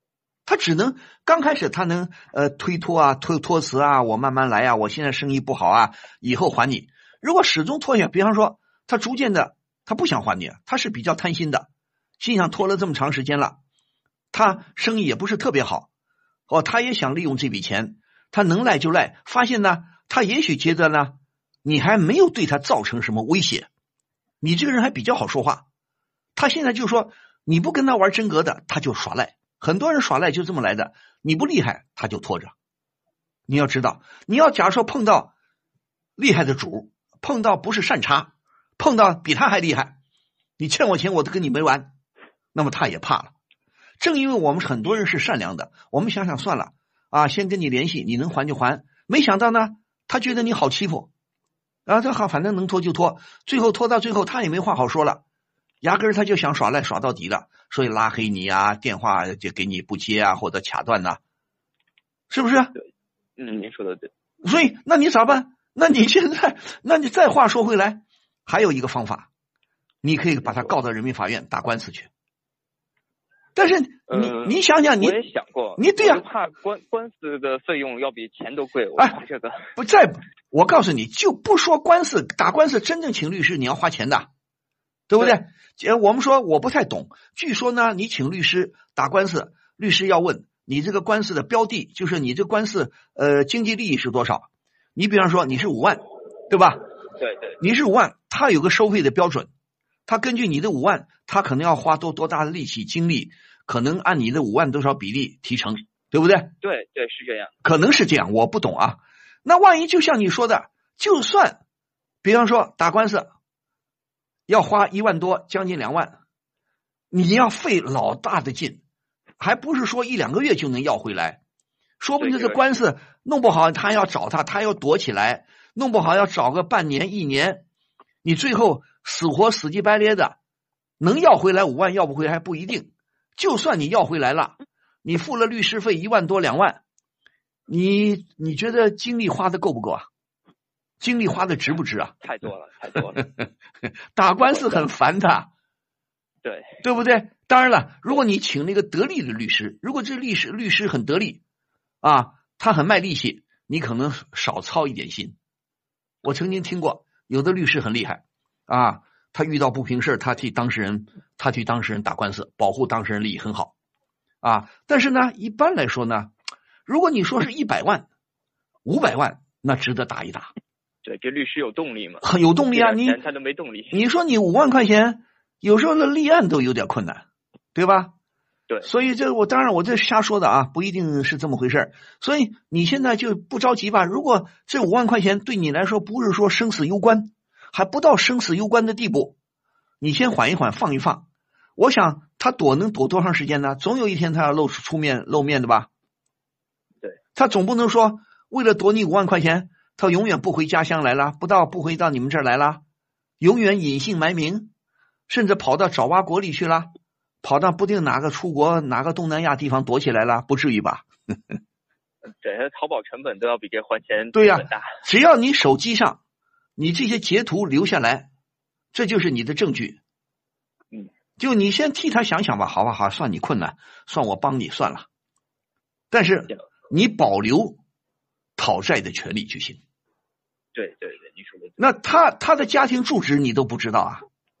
他只能刚开始他能推脱啊、托辞啊，我慢慢来啊，我现在生意不好啊，以后还你。如果始终拖下，比方说他逐渐的他不想还你，他是比较贪心的，心想拖了这么长时间了，他生意也不是特别好，他也想利用这笔钱，他能赖就赖，发现呢他也许觉得呢你还没有对他造成什么威胁，你这个人还比较好说话，他现在就说你不跟他玩真格的，他就耍赖。很多人耍赖就这么来的，你不厉害他就拖着。你要知道，你要假如说碰到厉害的主，碰到不是善茬，碰到比他还厉害，你欠我钱我都跟你没完，那么他也怕了。正因为我们很多人是善良的，我们想想算了啊，先跟你联系，你能还就还，没想到呢他觉得你好欺负啊，这好，反正能拖就拖，最后拖到最后他也没话好说了，压根儿他就想耍赖耍到底了，所以拉黑你啊，电话就给你不接啊，或者卡断呐，是不是？ 对，您说的对。 所以那你咋办？那你现在，那你再话说回来，还有一个方法，你可以把他告到人民法院打官司去。但是你想想，你我也想过， 你对呀， 怕官司的费用要比钱都贵，我怕这个。 我告诉你，就不说官司，打官司真正请律师你要花钱的，对不对？我们说我不太懂，据说呢，你请律师打官司，律师要问你这个官司的标的，就是你这官司经济利益是多少？你比方说你是5万，对吧？ 对对， 你是5万，他有个收费的标准，他根据你的5万，他可能要花多大的力气精力，可能按你的5万多少比例提成，对不对？ 对对，是这样， 可能是这样，我不懂啊。那万一就像你说的，就算比方说打官司要花1万多，将近2万，你要费老大的劲，还不是说1-2个月就能要回来，说不定这官司弄不好他要找他要躲起来，弄不好要找个半年1年，你最后死活死乞白咧的能要回来5万，要不回来还不一定。就算你要回来了，你付了律师费1万多2万，你觉得精力花的够不够啊？精力花的值不值啊？ 太多了，太多了。 打官司很烦的，对不对？当然了，如果你请那个得力的律师，如果这律师很得力啊，他很卖力气，你可能少操一点心。我曾经听过有的律师很厉害啊，他遇到不平事他替当事人打官司，保护当事人利益很好啊。但是呢，一般来说呢，如果你说是100万、500万，那值得打一打。 对，这律师有动力吗？ 有动力啊， 他都没动力。 你说你5万块钱，有时候的立案都有点困难，对吧？ 对， 所以当然我这瞎说的啊，不一定是这么回事。所以你现在就不着急吧。如果这5万块钱对你来说不是说生死攸关，还不到生死攸关的地步，你先缓一缓，放一放。我想他能躲多长时间呢？总有一天他要露面的吧？ 对， 他总不能说为了躲你5万块钱，他永远不回家乡来了，不回到你们这儿来了，永远隐姓埋名，甚至跑到爪哇国里去了，跑到不定哪个出国哪个东南亚地方躲起来了，不至于吧？ 对，他淘宝成本都要比这还钱对呀， 大。 只要你手机上你这些截图留下来，这就是你的证据。就你先替他想想吧，好吧，好，算你困难，算我帮你算了。但是你保留讨债的权利就行。 对，你说的对。 那他的家庭住址你都不知道啊？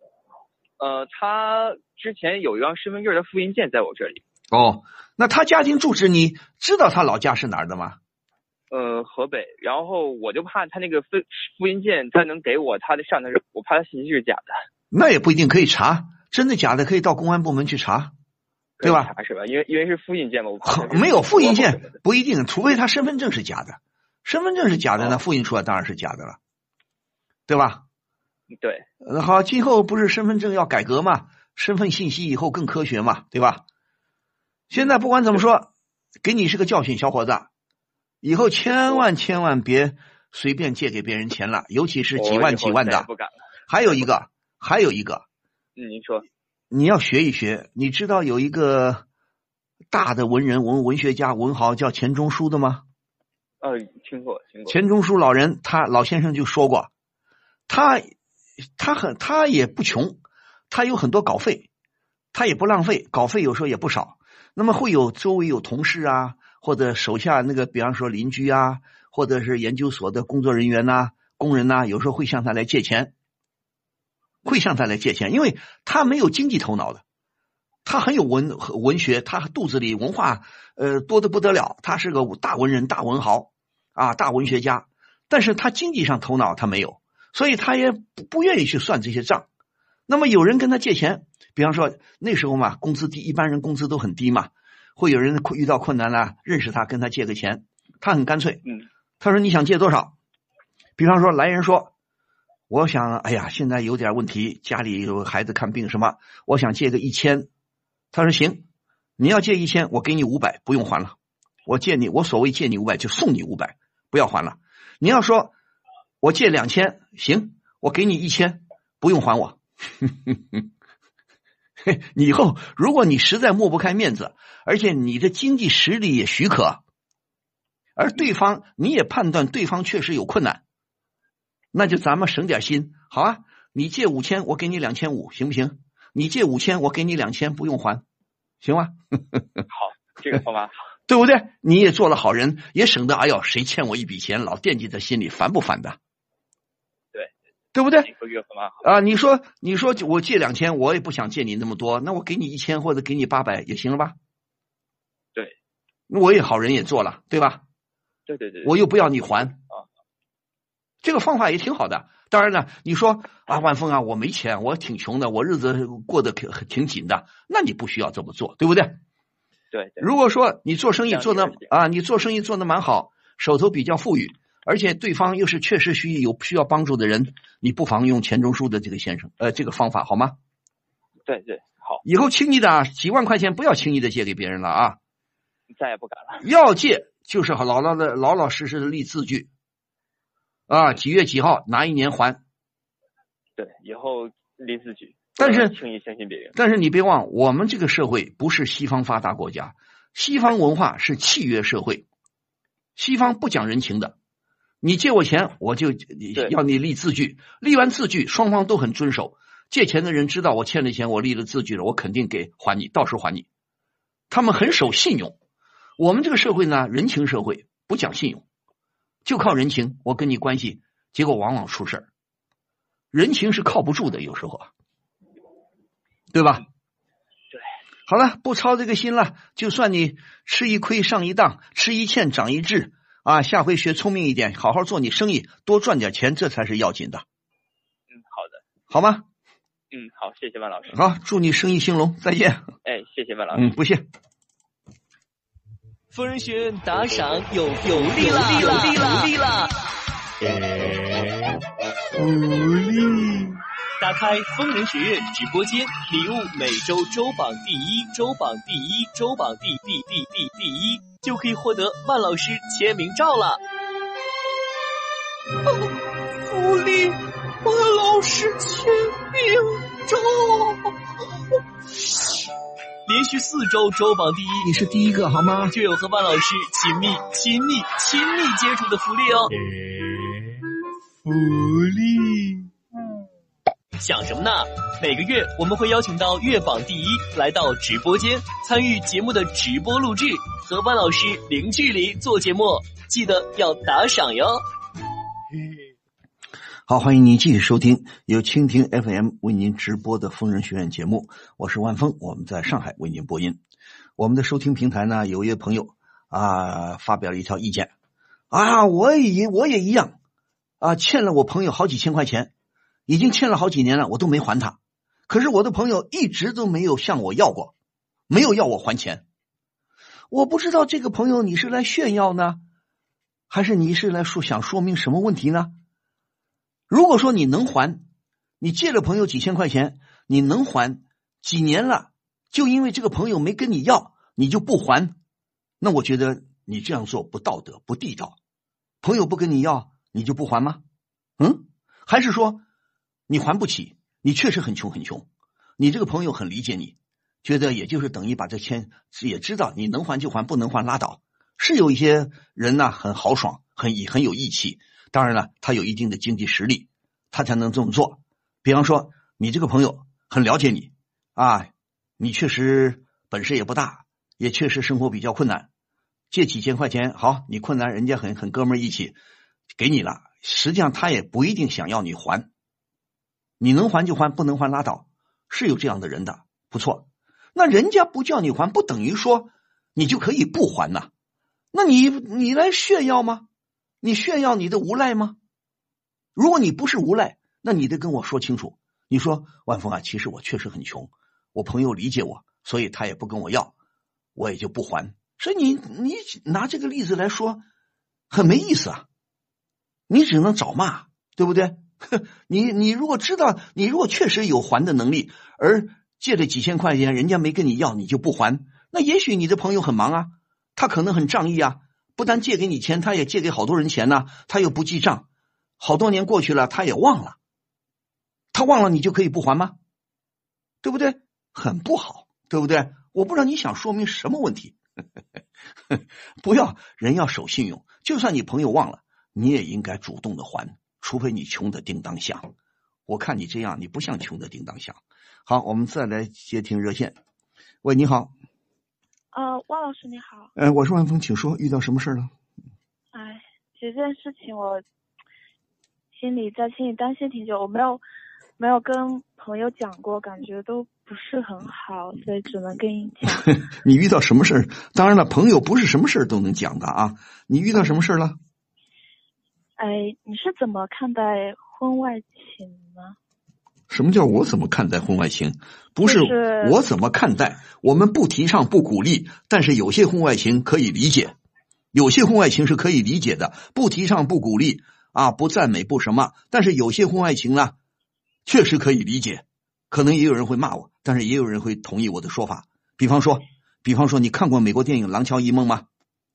他之前有一张身份证的复印件在我这里。 哦，那他家庭住址你知道他老家是哪儿的吗？ 河北。然后我就怕他那个复印件他能给我他的上头，我怕他信息是假的。 那也不一定，可以查，真的假的可以到公安部门去查，对吧？ 查是吧？因为是复印件嘛，我怕没有复印件不一定，除非他身份证是假的。身份证是假的呢，复印出来当然是假的了，对吧？ 对。 好，今后不是身份证要改革嘛，身份信息以后更科学嘛，对吧？现在不管怎么说，给你是个教训，小伙子，以后千万别随便借给别人钱了，尤其是几万几万的。 不敢了。 还有一个， 您说， 你要学一学。你知道有一个大的文人文学家文豪叫钱钟书的吗？ 听过。 钱钟书老先生就说过，他也不穷，他有很多稿费，他也不浪费，稿费有时候也不少。 那么会有周围有同事啊，或者手下那个比方说邻居啊，或者是研究所的工作人员呐、工人呐，有时候会向他来借钱，因为他没有经济头脑的，他很有文学，他肚子里文化多得不得了，他是个大文人、大文豪啊，大文学家，但是他经济上头脑他没有，所以他也不愿意去算这些账。那么有人跟他借钱，比方说那时候嘛，工资低，一般人工资都很低嘛，会有人遇到困难了，认识他跟他借个钱，他很干脆，他说你想借多少？比方说来人说，我想哎呀现在有点问题，家里有孩子看病什么，我想借个1000。他说行，你要借1000，我给你500，不用还了。我所谓借你500就送你500，不要还了。你要说我借2000，行，我给你1000，不用还我。你以后如果你实在抹不开面子，而且你的经济实力也许可，而对方你也判断对方确实有困难，那就咱们省点心，好啊，你借5000，我给你2500，行不行？你借5000，我给你2000，不用还，行吗？ 好，这个方法好， 对不对？你也做了好人，也省得哎呦谁欠我一笔钱，老惦记在心里，烦不烦的？对不对？啊，你说我借2000，我也不想借你那么多，那我给你1000或者给你800也行了吧？ 对， 我也好人也做了，对吧？ 对， 我又不要你还，这个方法也挺好的。当然了，你说啊，万峰啊，我没钱，我挺穷的，我日子过得挺紧的，那你不需要这么做，对不对？ 对。 如果说你做生意做得蛮好，手头比较富裕。而且对方又是确实需要帮助的人，你不妨用钱钟书的这个方法好吗？ 对，好。 以后轻易的几万块钱不要轻易的借给别人了啊！ 再也不敢了。 要借就是老实实的立字据啊，几月几号哪一年还。 对，以后立字据。 但是轻易相信别人。 但是你别忘，我们这个社会不是西方发达国家，西方文化是契约社会，西方不讲人情的。你借我钱，我就要你立字据，立完字据，双方都很遵守。借钱的人知道我欠了钱，我立了字据了，我肯定还你，到时候还你。他们很守信用。我们这个社会呢，人情社会，不讲信用，就靠人情。我跟你关系，结果往往出事儿。人情是靠不住的，有时候，对吧？ 对。 好了，不操这个心了。就算你吃一亏上一当，吃一堑长一智。啊，下回学聪明一点，好好做你生意，多赚点钱，这才是要紧的。 好的， 好吗？ 好，谢谢万老师。 好，祝你生意兴隆，再见。 哎，谢谢万老师。 不谢。 疯人学院打赏有利了。福利！打开疯人学院直播间，礼物每周周榜第一，第一，就可以获得万老师签名照了。 福利，万老师签名照。 连续4周周榜第一， 你是第一个好吗？ 就有和万老师亲密接触的福利哦。 福利。 想什么呢？每个月我们会邀请到月榜第一来到直播间，参与节目的直播录制，和万老师零距离做节目，记得要打赏哟。 好，欢迎您继续收听由蜻蜓 FM 为您直播的疯人学院节目，我是万峰，我们在上海为您播音。我们的收听平台呢，有一位朋友啊发表了一条意见啊，我也一样啊，欠了我朋友好几千块钱，已经欠了好几年了，我都没还他。可是我的朋友一直都没有向我要过，没有要我还钱。我不知道这个朋友你是来炫耀呢，还是你是来想说明什么问题呢？如果说你能还，你借了朋友几千块钱，你能还，几年了，就因为这个朋友没跟你要，你就不还，那我觉得你这样做不道德，不地道。朋友不跟你要，你就不还吗？还是说你还不起，你确实很穷，你这个朋友很理解你，觉得也就是等于把这钱也知道你能还就还，不能还拉倒。是有一些人呢很豪爽，很有义气，当然了，他有一定的经济实力，他才能这么做。比方说你这个朋友很了解你啊，你确实本事也不大， 也确实生活比较困难，借几千块钱，好，你困难，人家很哥们儿义气给你了，实际上他也不一定想要你还，你能还就还，不能还拉倒，是有这样的人的，不错。那人家不叫你还，不等于说你就可以不还呐？那你来炫耀吗？你炫耀你的无赖吗？如果你不是无赖，那你得跟我说清楚。你说万峰啊，其实我确实很穷，我朋友理解我，所以他也不跟我要，我也就不还。所以你拿这个例子来说很没意思啊，你只能找骂，对不对？你如果知道，你如果确实有还的能力，而借了几千块钱人家没跟你要，你就不还，那也许你的朋友很忙啊，他可能很仗义啊，不但借给你钱，他也借给好多人钱呢，他又不记账，好多年过去了他也忘了，他忘了你就可以不还吗？对不对？很不好，对不对？我不知道你想说明什么问题。不要，人要守信用，就算你朋友忘了，你也应该主动的还，除非你穷的叮当响。我看你这样，你不像穷的叮当响。好，我们再来接听热线。喂，你好。 汪老师你好。 我是万峰，请说，遇到什么事了？ 这件事情我心里担心挺久，我没有跟朋友讲过，感觉都不是很好，所以只能跟你讲。 你遇到什么事？当然了，朋友不是什么事都能讲的啊。你遇到什么事了？ 你是怎么看待婚外情呢？ 什么叫我怎么看待婚外情？不是我怎么看待，我们不提倡不鼓励，但是有些婚外情可以理解，有些婚外情是可以理解的，不提倡不鼓励啊，不赞美不什么，但是有些婚外情呢确实可以理解，可能也有人会骂我，但是也有人会同意我的说法。比方说你看过美国电影《廊桥遗梦》吗？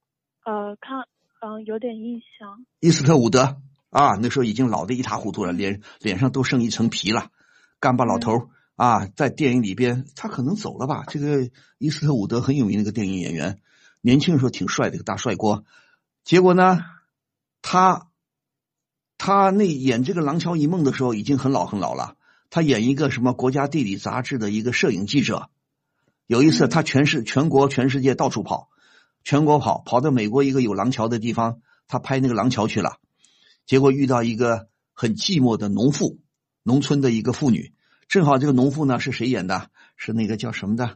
有点印象。 伊斯特伍德啊，那时候已经老得一塌糊涂了，脸上都剩一层皮了，干巴老头啊，在电影里边他可能走了吧。这个伊斯特伍德很有名的一个电影演员，年轻的时候挺帅的一个大帅锅。结果呢，他那演这个《廊桥遗梦》的时候已经很老了。他演一个什么国家地理杂志的一个摄影记者。有一次他全世界到处跑，全国跑到美国一个有廊桥的地方，他拍那个廊桥去了。结果遇到一个很寂寞的农妇，农村的一个妇女。正好这个农妇呢是谁演的？是那个叫什么的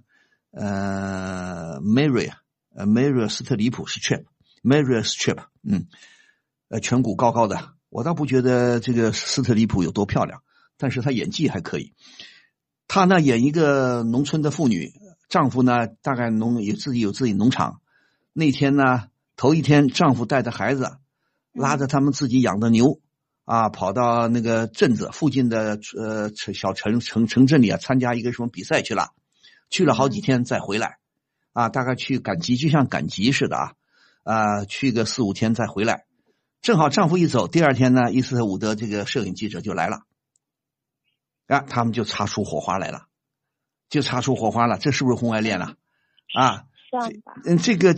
Meryl Streep 是 Meryl Streep， 颧骨高高的。我倒不觉得这个斯特里普有多漂亮，但是她演技还可以。她呢演一个农村的妇女，丈夫呢大概有自己农场。那天呢，头一天丈夫带着孩子，拉着他们自己养的牛啊，跑到那个镇子附近的小城镇里啊，参加一个什么比赛去了好几天再回来啊，大概去赶集，就像赶集似的去个4-5天再回来。正好丈夫一走，第二天呢，伊斯特伍德这个摄影记者就来了他们就擦出火花来了，这是不是婚外恋了啊？这个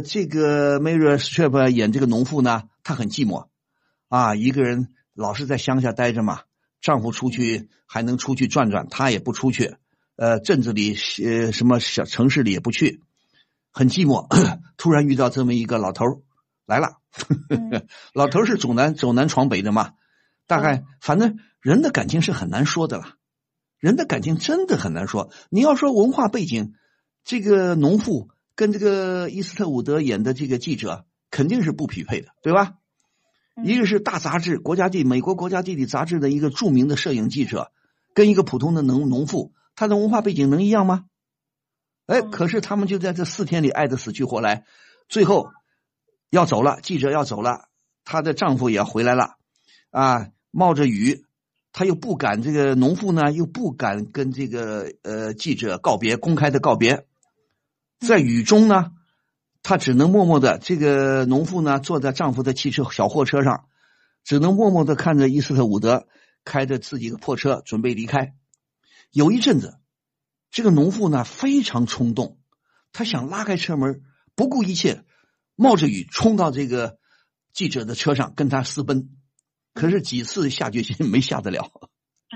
Meryl Streep 演这个农妇呢，她很寂寞啊，一个人老是在乡下待着嘛，丈夫出去还能出去转转，她也不出去，镇子里什么小城市里也不去，很寂寞。突然遇到这么一个老头来了，老头是走南闯北的嘛，大概反正人的感情是很难说的了，人的感情真的很难说。你要说文化背景，这个农妇跟这个伊斯特伍德演的这个记者肯定是不匹配的，对吧？一个是大杂志美国国家地理杂志的一个著名的摄影记者，跟一个普通的农妇，他的文化背景能一样吗？可是他们就在这4天里爱得死去活来，最后要走了，记者要走了，她的丈夫也要回来了啊，冒着雨，她又不敢，这个农妇呢又不敢跟这个记者告别，公开的告别。在雨中呢，她只能默默的，这个农妇呢坐在丈夫的小货车上，只能默默的看着伊斯特伍德开着自己的破车准备离开。有一阵子，这个农妇呢非常冲动，她想拉开车门，不顾一切冒着雨冲到这个记者的车上跟他私奔，可是几次下决心没下得了。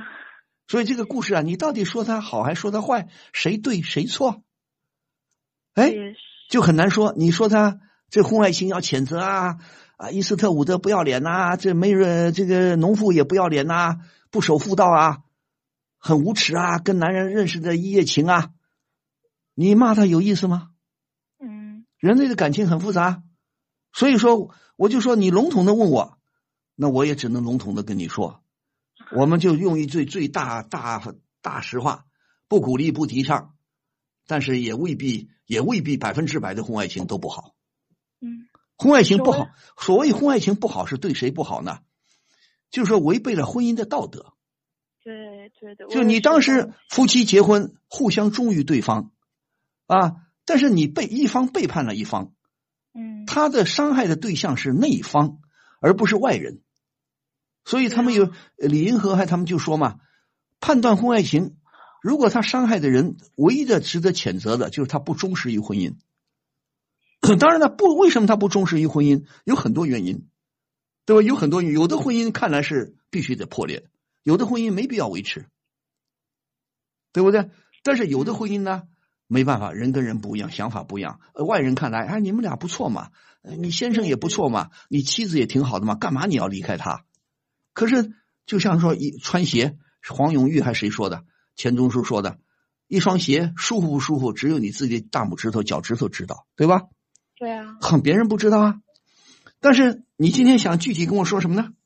所以这个故事啊，你到底说他好还说他坏，谁对谁错？ 哎，就很难说。你说他这婚外情要谴责啊，伊斯特伍德不要脸呐，这这个农妇也不要脸呐，不守妇道啊，很无耻啊，跟男人认识的一夜情啊，你骂他有意思吗？人类的感情很复杂，所以说我就说你笼统的问我，那我也只能笼统的跟你说，我们就用一句最大实话，不鼓励不提倡，但是也未必100%的婚外情都不好。婚外情不好，所谓婚外情不好是对谁不好呢？就是说违背了婚姻的道德。 对， 就你当时夫妻结婚互相忠于对方啊，但是你一方背叛了一方，他的伤害的对象是那一方，而不是外人。所以他们有李银河他们就说嘛，判断婚外情，如果他伤害的人唯一的值得谴责的就是他不忠实于婚姻。当然了，为什么他不忠实于婚姻？有很多原因，对吧？有的婚姻看来是必须得破裂，有的婚姻没必要维持，对不对？但是有的婚姻呢，没办法，人跟人不一样，想法不一样。外人看来，你们俩不错嘛，你先生也不错嘛，你妻子也挺好的嘛，干嘛你要离开他？可是就像说穿鞋，黄永玉还谁说的？钱钟书说的，一双鞋舒服不舒服，只有你自己的大拇指头、脚趾头知道，对吧？ 对啊， 别人不知道啊。但是你今天想具体跟我说什么呢？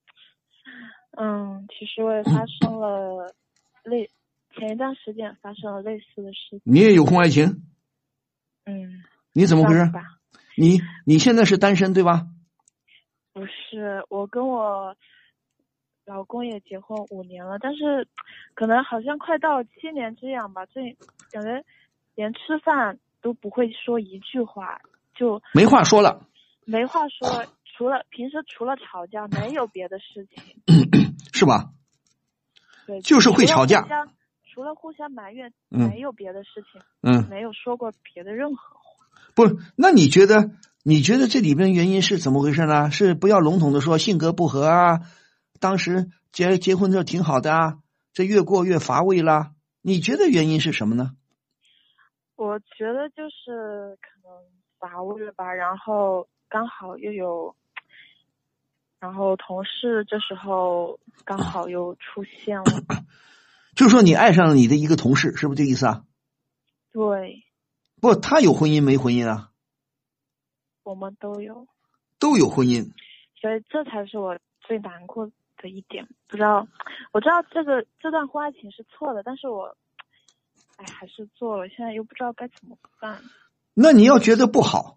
其实我也发生了前一段时间发生了类似的事情。 你也有婚外情？你怎么回事？你现在是单身对吧？ 不是，我跟我老公也结婚5年了，但是可能好像快到7年这样吧，这感觉连吃饭都不会说一句话，就没话说了。 没话说，平时除了吵架没有别的事情。 是吧？ 对， 就是会吵架。 除了互相埋怨，没有别的事情。没有说过别的任何话。 不是，那你觉得这里边原因是怎么回事呢？是不要笼统的说性格不合啊，当时结婚就挺好的啊，这越过越乏味啦。你觉得原因是什么呢？ 我觉得就是可能乏味吧，然后刚好然后同事这时候刚好又出现了。 就是说你爱上了你的一个同事，是不是这意思啊？ 对。 不，他有婚姻没婚姻啊？ 我们都有婚姻， 所以这才是我最难过的一点。我知道这段婚外情是错的，但是我还是做了，现在又不知道该怎么办。 那你要觉得不好，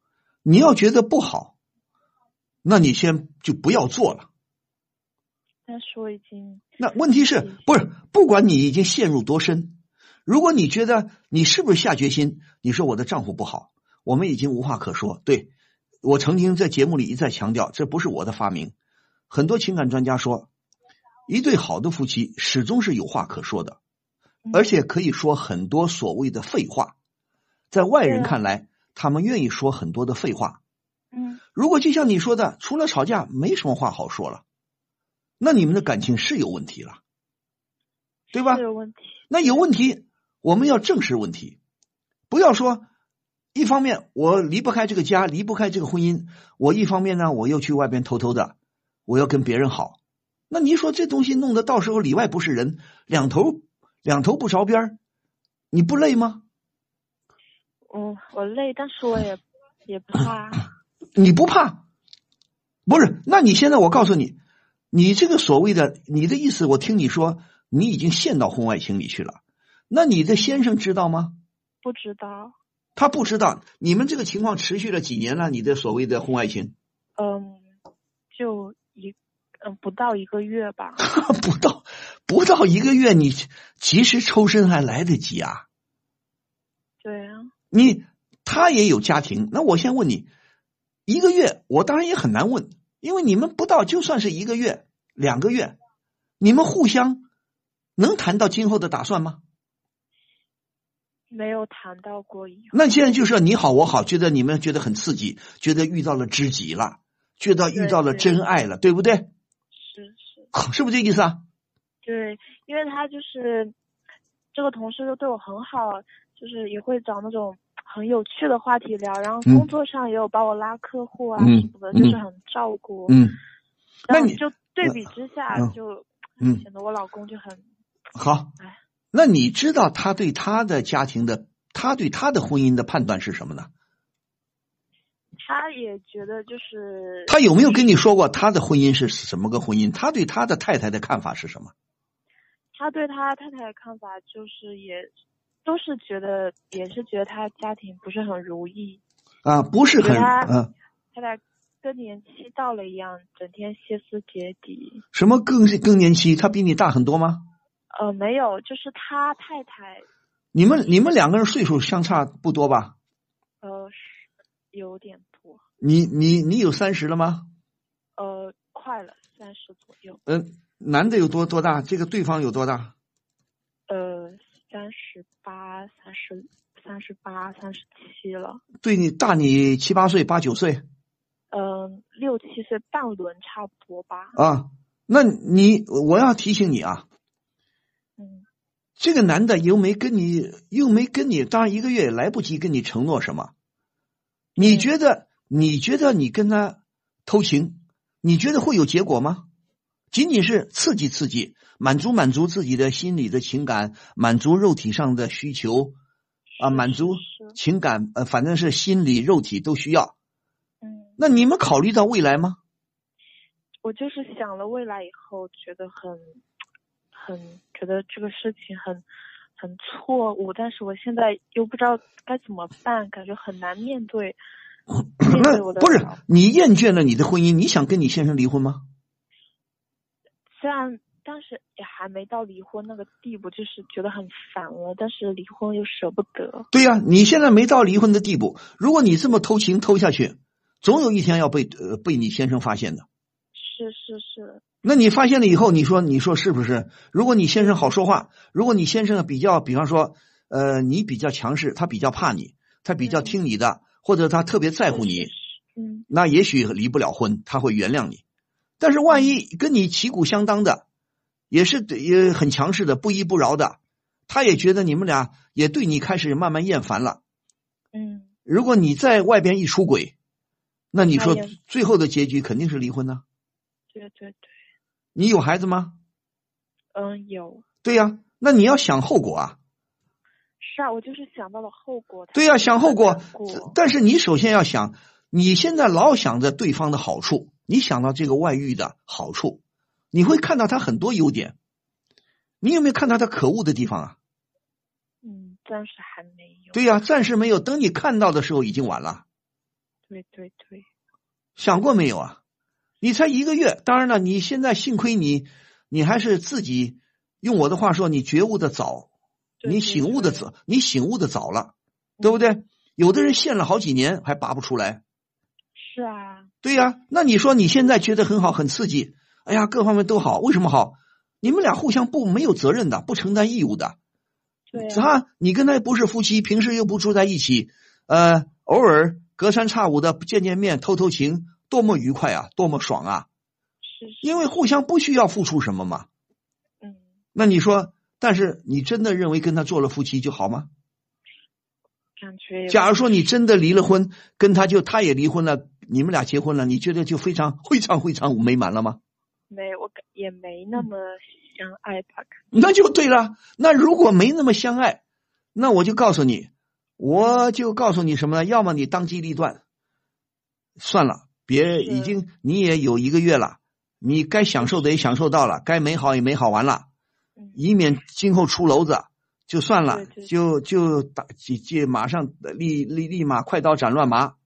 那你先就不要做了。 但是我已经， 那问题是不管你已经陷入多深，如果你觉得你是不是下决心，你说我的丈夫不好，我们已经无话可说。对，我曾经在节目里一再强调，这不是我的发明，很多情感专家说，一对好的夫妻始终是有话可说的，而且可以说很多所谓的废话，在外人看来，他们愿意说很多的废话。如果就像你说的，除了吵架没什么话好说了，那你们的感情是有问题了，对吧？ 有问题。 那有问题，我们要正视问题，不要说一方面我离不开这个家，离不开这个婚姻，我一方面呢我又去外边偷偷的，我要跟别人好。那你说这东西弄得到时候里外不是人，两头不着边，你不累吗？ 我累，但是我也不怕。 你不怕？不是，那你现在我告诉你，你这个所谓的你的意思，我听你说你已经陷到婚外情里去了，那你的先生知道吗？ 不知道。 他不知道。你们这个情况持续了几年了？你的所谓的婚外情？ 就不到1个月吧。 不到1个月，你及时抽身还来得及啊？ 对啊。 他也有家庭，那我先问你，1个月我当然也很难问，因为你们不到，就算是1个月、2个月，你们互相能谈到今后的打算吗？ 没有谈到过以后。 那现在就是说你好我好，觉得你们觉得很刺激，觉得遇到了知己了，觉得遇到了真爱了，对不对？是不是这意思啊？ 对，因为他就是这个同事就对我很好，就是也会找那种很有趣的话题聊，然后工作上也有帮我拉客户啊什么的，就是很照顾。那你就对比之下就显得我老公就很好。那你知道他对他的家庭的，他对他的婚姻的判断是什么呢？ 他也觉得就是他有没有跟你说过他的婚姻是什么个婚姻？他对他的太太的看法是什么？ 他对他太太的看法就是也都是觉得他家庭不是很如意啊，不是很太太更年期到了一样，整天歇斯底里。 什么更年期？他比你大很多吗？ 没有，就是他太太。 你们两个人岁数相差不多吧？ 有点多。 你有30了吗？ 快了30左右。 男的有多大？这个对方有多大 ？38、37了。 对你大你7、8岁、8、9岁。 6、7岁，半轮差不多吧。 啊，那我要提醒你啊。这个男的又没跟你，当然1个月也来不及跟你承诺什么。你觉得你跟他偷情，你觉得会有结果吗？仅仅是刺激，满足自己的心理的情感，满足肉体上的需求啊，满足情感，反正是心理肉体都需要。那你们考虑到未来吗？ 我就是想了未来以后，觉得觉得这个事情很错误，但是我现在又不知道该怎么办，感觉很难面对我的。 不是你厌倦了你的婚姻，你想跟你先生离婚吗？ 虽然当时也还没到离婚那个地步，就是觉得很烦了，但是离婚又舍不得。 对呀，你现在没到离婚的地步，如果你这么偷情偷下去，总有一天要被你先生发现的。 是。 那你发现了以后，你说是不是？如果你先生好说话，如果你先生比方说，你比较强势，他比较怕你，他比较听你的，或者他特别在乎你，那也许离不了婚，他会原谅你。但是万一跟你旗鼓相当的，也很强势的，不依不饶的，他也觉得你们俩也对你开始慢慢厌烦了。如果你在外边一出轨，那你说最后的结局肯定是离婚呢？ 对。 你有孩子吗？ 有。 对呀，那你要想后果啊。 是啊，我就是想到了后果。 对呀，想后果。但是你首先要想，你现在老想着对方的好处，你想到这个外遇的好处，你会看到他很多优点。你有没有看到他可恶的地方啊？ 暂时还没有。 对呀，暂时没有，等你看到的时候已经晚了。 对。 想过没有啊？你才1个月，当然了，你现在幸亏你还是自己，用我的话说，你觉悟的早，你醒悟的早了，对不对？有的人陷了好几年还拔不出来。 是啊。 对呀，那你说你现在觉得很好，很刺激，哎呀，各方面都好，为什么好？你们俩互相没有责任的，不承担义务的。 对啊。你跟他不是夫妻，平时又不住在一起，偶尔隔三差五的见面，偷情。多么愉快啊，多么爽啊！因为互相不需要付出什么嘛。那你说，但是你真的认为跟他做了夫妻就好吗？ 感觉。 假如说你真的离了婚，跟他也离婚了，你们俩结婚了，你觉得就非常美满了吗？ 我也没那么相爱吧。 那就对了。那如果没那么相爱，那我就告诉你什么呢？要么你当机立断，算了。你也有1个月了，你该享受的也享受到了，该美好也美好完了，以免今后出篓子，就算了，就马上立马快刀斩乱麻。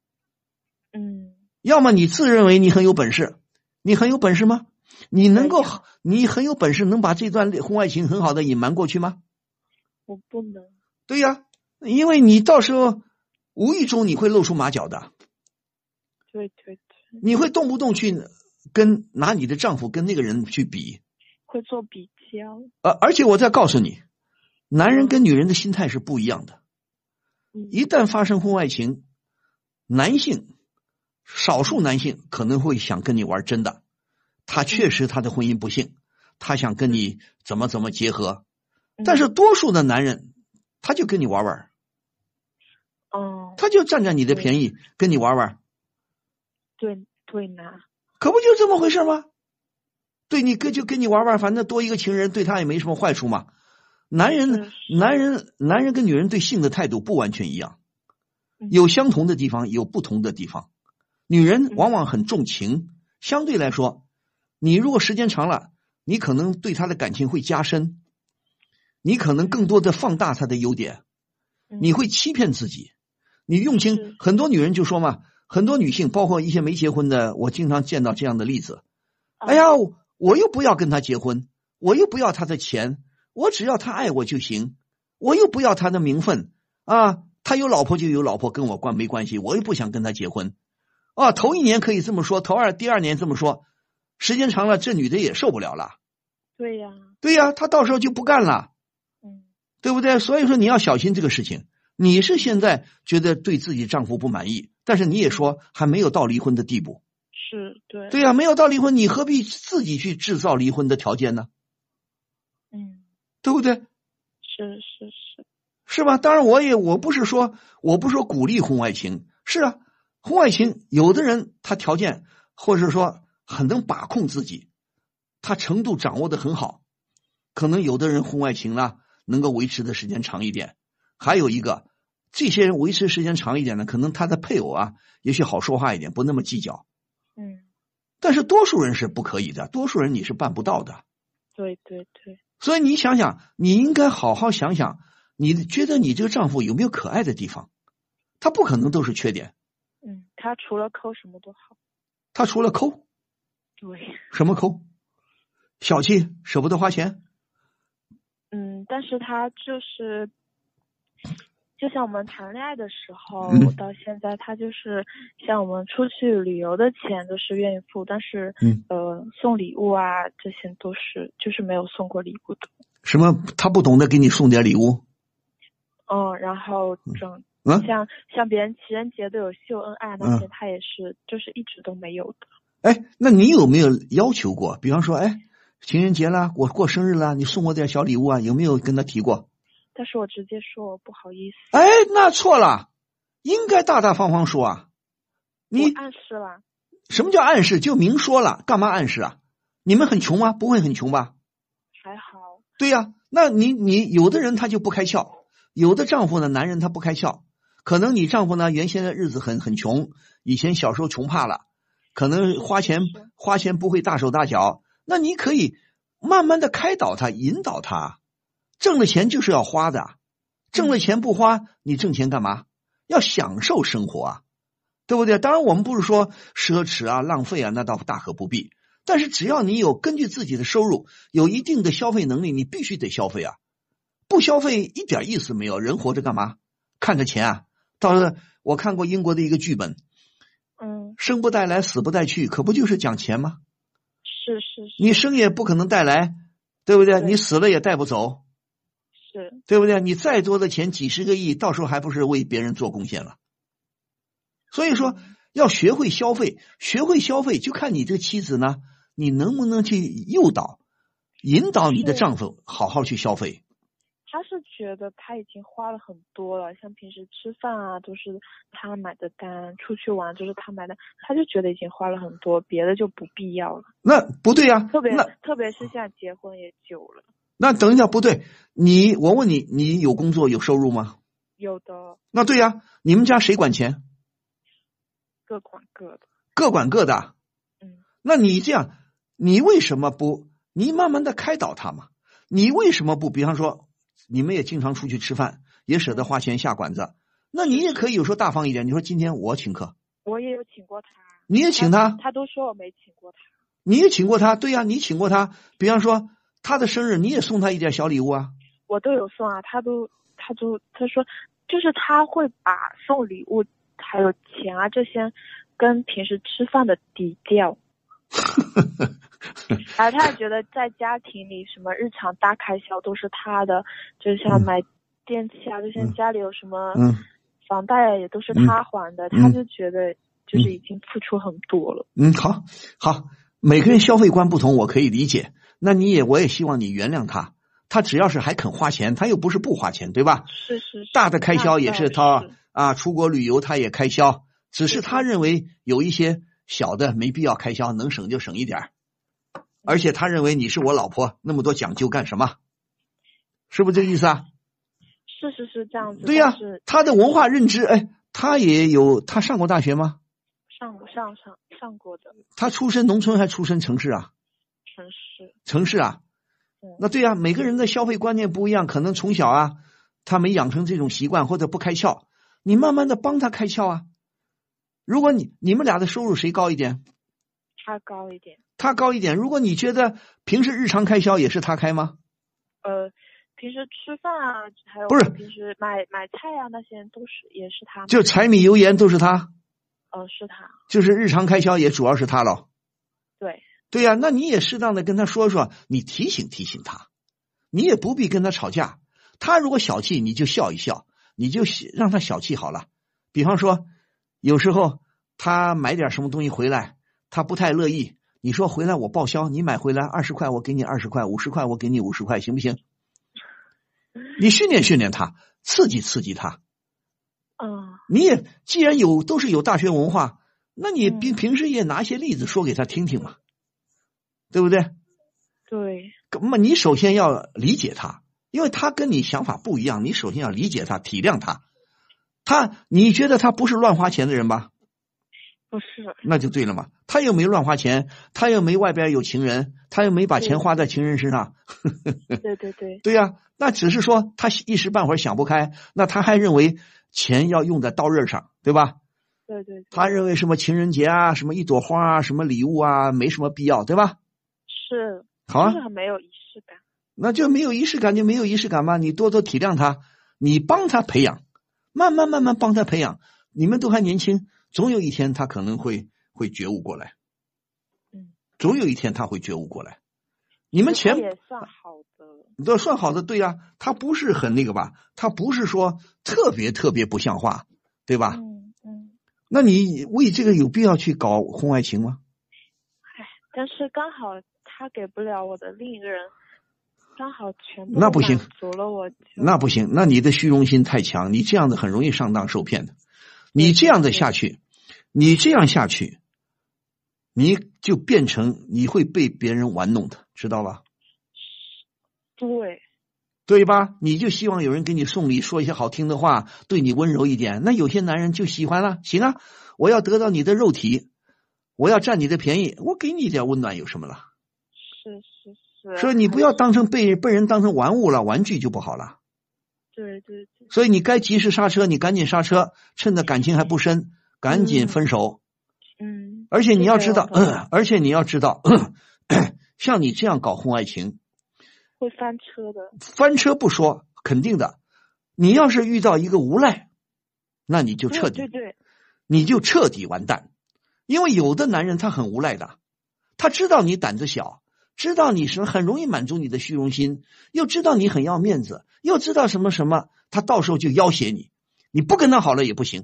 要么你自认为你很有本事，你很有本事吗？你很有本事能把这段婚外情很好的隐瞒过去吗？ 我不能。 对呀，因为你到时候无意中你会露出马脚的。 对。 你会动不动去拿你的丈夫跟那个人去比， 会做比较。 而且我再告诉你，男人跟女人的心态是不一样的。一旦发生婚外情，少数男性可能会想跟你玩真的，他确实他的婚姻不幸，他想跟你怎么结合，但是多数的男人他就跟你玩玩。 他就占你的便宜，跟你玩玩。 对呢。 可不就这么回事吗？对，你就跟你玩玩，反正多一个情人对他也没什么坏处嘛。男人跟女人对性的态度不完全一样，有相同的地方，有不同的地方。女人往往很重情，相对来说，你如果时间长了，你可能对她的感情会加深，你可能更多的放大她的优点，你会欺骗自己，你用情。很多女人就说嘛，很多女性包括一些没结婚的，我经常见到这样的例子。哎呀，我又不要跟他结婚，我又不要他的钱，我只要他爱我就行，我又不要他的名分啊，他有老婆就有老婆，跟我没关系，我又不想跟他结婚啊。头一年可以这么说，第二年这么说，时间长了这女的也受不了了。对呀，她到时候就不干了，对不对？所以说你要小心这个事情。你是现在觉得对自己丈夫不满意，但是你也说还没有到离婚的地步。 是，对。 对呀，没有到离婚，你何必自己去制造离婚的条件呢？对不对？是吧？当然我不是说鼓励婚外情，是啊，婚外情有的人他条件或者说很能把控自己，他程度掌握的很好，可能有的人婚外情呢能够维持的时间长一点。还有一个，这些人维持时间长一点呢，可能他的配偶啊也许好说话一点，不那么计较。但是多数人是不可以的，多数人你是办不到的。 对。 所以你想想，你应该好好想想，你觉得你这个丈夫有没有可爱的地方？他不可能都是缺点。 他除了抠什么都好。 他除了抠？ 对。 什么抠？小气，舍不得花钱？ 但是他就是就像我们谈恋爱的时候，到现在他就是像我们出去旅游的钱都是愿意付，但是送礼物啊这些都是就是没有送过礼物的。 什么？他不懂得给你送点礼物？ 然后像别人情人节都有秀恩爱那些，他也是就是一直都没有的。 那你有没有要求过？比方说，情人节啦，我过生日啦，你送我点小礼物啊？有没有跟他提过？ 但是我直接说我不好意思。 那错了，应该大大方方说啊。你暗示了。 什么叫暗示？就明说了，干嘛暗示啊？你们很穷吗？不会很穷吧？ 还好。 对呀，那你有的人他就不开窍，有的丈夫呢，男人他不开窍，可能你丈夫呢原先的日子很穷，以前小时候穷怕了，可能花钱不会大手大脚，那你可以慢慢的开导他，引导他。挣了钱就是要花的，挣了钱不花，你挣钱干嘛？要享受生活啊，对不对？当然我们不是说奢侈啊、浪费啊，那倒大可不必。但是只要你有根据自己的收入有一定的消费能力，你必须得消费啊，不消费一点意思没有。人活着干嘛？看着钱啊。到时候我看过英国的一个剧本，生不带来死不带去，可不就是讲钱吗？ 是。 你生也不可能带来，对不对？你死了也带不走。对不对？你再多的钱，几十个亿，到时候还不是为别人做贡献了？所以说要学会消费，就看你这个妻子呢，你能不能去诱导、引导你的丈夫好好去消费。 他是觉得他已经花了很多了，像平时吃饭啊都是他买的单，出去玩就是他买的，他就觉得已经花了很多，别的就不必要了。 那不对呀， 特别是现在结婚也久了。 那等一下，不对，我问你，你有工作有收入吗？ 有的。 那对呀，你们家谁管钱？ 各管各的。 各管各的。那你这样，你为什么不？你慢慢的开导他嘛。你为什么不？比方说，你们也经常出去吃饭，也舍得花钱下馆子，那你也可以有时候大方一点。你说今天我请客。 我也有请过他。 你也请他？ 他都说我没请过他。 你也请过他？对呀，你请过他。比方说。他的生日你也送他一点小礼物啊？ 我都有送啊，他说就是他会把送礼物还有钱啊这些跟平时吃饭的抵掉。然后他也觉得在家庭里什么日常大开销都是他的，就像买电器啊这些家里有什么房贷也都是他还的，他就觉得就是已经付出很多了。 好，每个人消费观不同，我可以理解。那我也希望你原谅他只要是还肯花钱，他又不是不花钱，对吧？ 是。 大的开销也是他啊，出国旅游他也开销，只是他认为有一些小的没必要开销，能省就省一点。而且他认为你是我老婆，那么多讲究干什么？是不是这个意思啊？ 是这样子。 对呀，他的文化认知，他上过大学吗？ 上过的。 他出身农村还出身城市啊？城市啊。那对呀，每个人的消费观念不一样，可能从小啊他没养成这种习惯或者不开窍，你慢慢的帮他开窍啊。如果你们俩的收入谁高一点？他高一点。如果你觉得平时日常开销也是他开吗？ 平时吃饭啊，还有不是平时买菜啊，那些也是他。 就柴米油盐都是他？ 是他。就是日常开销也主要是他了。对呀，那你也适当的跟他说说，你提醒他，你也不必跟他吵架。他如果小气，你就笑一笑，你就让他小气好了。比方说，有时候他买点什么东西回来，他不太乐意，你说回来我报销，你买回来20块我给你20块，50块我给你50块，行不行？你训练他，刺激他。你也既然都是有大学文化，那你平时也拿些例子说给他听听嘛，对不对？ 对。 那么你首先要理解他，因为他跟你想法不一样，你首先要理解他，体谅他。你觉得他不是乱花钱的人吧？ 不是。 那就对了嘛，他又没乱花钱，他又没外边有情人，他又没把钱花在情人身上。 对。 对呀，那只是说他一时半会儿想不开，那他还认为钱要用在刀刃上，对吧？ 对。 他认为什么情人节啊，什么一朵花啊，什么礼物啊，没什么必要，对吧？ 是。 好啊。 就是很没有仪式感。 那就没有仪式感就没有仪式感嘛，你多多体谅他，你帮他培养，慢慢帮他培养。你们都还年轻，总有一天他可能会觉悟过来。总有一天他会觉悟过来。你们钱也算好的。 都算好的，对呀，他不是很那个吧？他不是说特别不像话，对吧？那你为这个有必要去搞婚外情吗？ 但是刚好他给不了我的另一个人，刚好全部那不行， 满足了我。 那不行，那你的虚荣心太强，你这样的很容易上当受骗的。你这样下去，你就变成你会被别人玩弄的，知道吧？对吧？你就希望有人给你送礼，说一些好听的话，对你温柔一点。那有些男人就喜欢了，行啊，我要得到你的肉体，我要占你的便宜，我给你一点温暖有什么了？ 是。 所以你不要当成被人当成玩物了，玩具就不好了。 对。 所以你该及时刹车，你赶紧刹车，趁着感情还不深，赶紧分手。而且你要知道，像你这样搞婚外情， 会翻车的。 翻车不说，肯定的。你要是遇到一个无赖，那你就彻底，你就彻底完蛋。因为有的男人他很无赖的，他知道你胆子小，知道你是很容易满足你的虚荣心，又知道你很要面子，又知道什么，他到时候就要挟你，你不跟他好了也不行。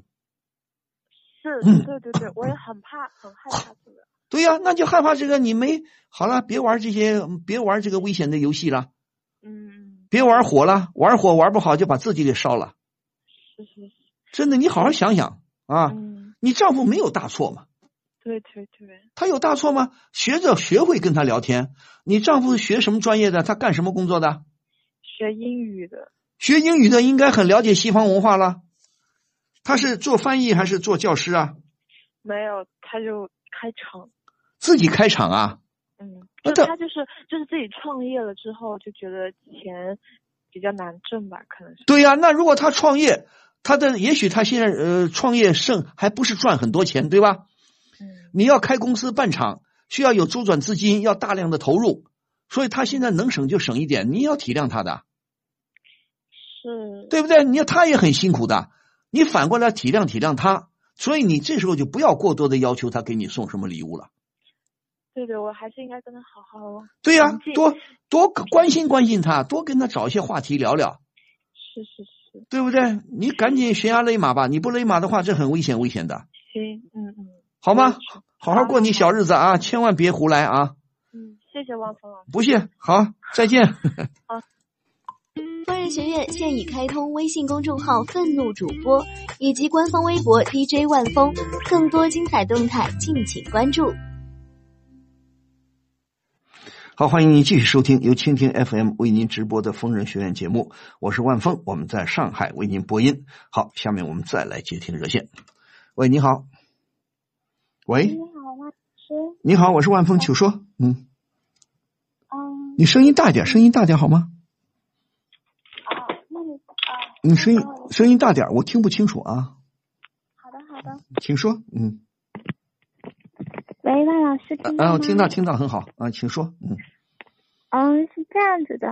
对，我也很害怕这个。 对呀，那就害怕这个，你没好了，别玩这个危险的游戏了。别玩火了，玩火玩不好就把自己给烧了。 是。 真的，你好好想想啊，你丈夫没有大错嘛？ 对。 他有大错吗？学会跟他聊天。你丈夫学什么专业的？他干什么工作的？ 学英语的。 学英语的应该很了解西方文化了。他是做翻译还是做教师啊？ 没有，他就开厂。 自己开厂啊？ 他就是自己创业了之后，就觉得钱比较难挣吧，可能是。 对呀，那如果他创业，也许他现在创业还不是赚很多钱，对吧？你要开公司办厂，需要有周转资金，要大量的投入，所以他现在能省就省一点，你要体谅他的。 是。 对不对？他也很辛苦的。你反过来体谅他，所以你这时候就不要过多的要求他给你送什么礼物了。 对，我还是应该跟他好好。 对呀，多关心他，多跟他找一些话题聊聊。 是。 对不对？你赶紧悬崖勒马吧，你不勒马的话，这很危险的。 行， 好吗？好好过你小日子啊，千万别胡来啊。 谢谢汪峰老师。 不谢，好，再见。 好。 疯人学院现已开通微信公众号愤怒主播以及官方微博 DJ 万峰，更多精彩动态敬请关注。 好，欢迎您继续收听由蜻蜓 FM 为您直播的疯人学院节目，我是万峰，我们在上海为您播音。好，下面我们再来接听热线。喂，你好。喂， 你好，万师。 你好，我是万峰，请说。你声音大点，声音大点好吗？你声音大点，我听不清楚啊。 好的，好的。 请说。 喂，万老师，听到吗？ 我听到，很好啊，请说。 是这样子的。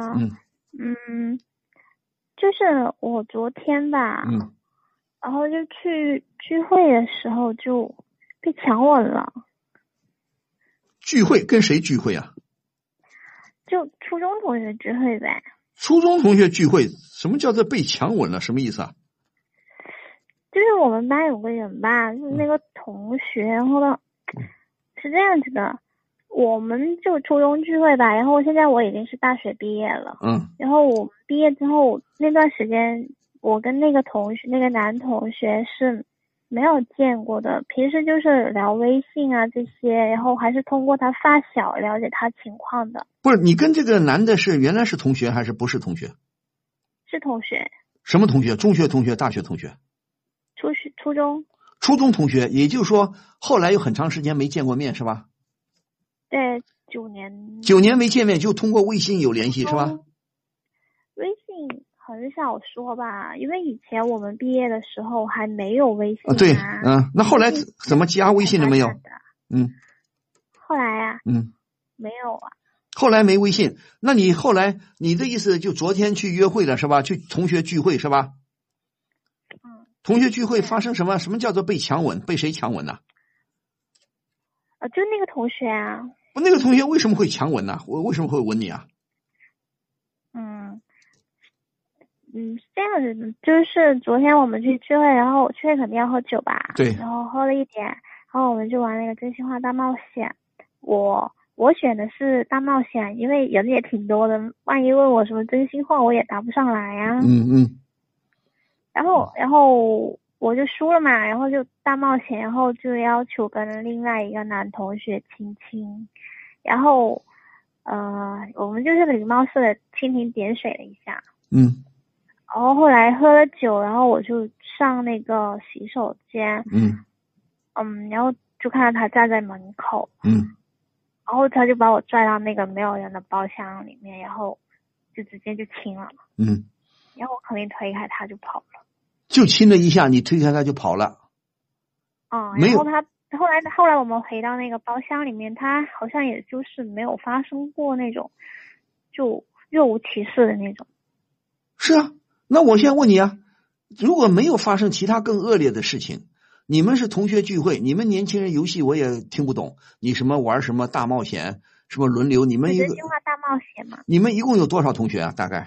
就是我昨天吧，然后就去聚会的时候就被强吻了。 聚会跟谁聚会啊？ 就初中同学聚会呗。 初中同学聚会，什么叫做被强吻了？什么意思啊？ 就是我们班有个人吧，就是那个同学，然后呢，是这样子的，我们就初中聚会吧，然后现在我已经是大学毕业了，然后我毕业之后那段时间，我跟那个男同学是没有见过的，平时就是聊微信啊这些，然后还是通过他发小了解他情况的。 不是，你跟这个男的原来是同学还是不是同学？ 是同学。什么同学？中学同学、大学同学？ 初中。 初中同学，也就是说后来有很长时间没见过面是吧？ 对，9年。 9年没见面，就通过微信有联系是吧？ 微信很少说吧，因为以前我们毕业的时候还没有微信。 对，那后来怎么加微信了没有？ 后来啊，没有啊。 后来没微信，那你后来你的意思就昨天去约会了是吧？去同学聚会是吧？同学聚会发生什么？什么叫做被强吻？被谁强吻呢？ 就那个同学啊。 那个同学为什么会强吻呢？我为什么会吻你啊？ 这样子的，就是昨天我们去聚会，然后聚会肯定要喝酒吧？ 对。 然后喝了一点，然后我们就玩那个真心话大冒险。我选的是大冒险，因为人也挺多的，万一问我什么真心话，我也答不上来呀。然后我就输了嘛，然后就大冒险，然后就要求跟另外一个男同学亲亲，然后我们就是礼貌式的蜻蜓点水了一下。然后后来喝了酒，然后我就上那个洗手间。然后就看到他站在门口。然后他就把我拽到那个没有人的包厢里面，然后就直接就亲了。然后我肯定推开他就跑了。 就亲了一下，你推开他就跑了。 然后他后来我们回到那个包厢里面，他好像也就是没有发生过那种就若无其事的那种。 是啊，那我现在问你啊，如果没有发生其他更恶劣的事情，你们是同学聚会，你们年轻人游戏我也听不懂，你什么玩什么大冒险，什么轮流，你们真心话大冒险嘛？ 你们一共有多少同学啊？大概？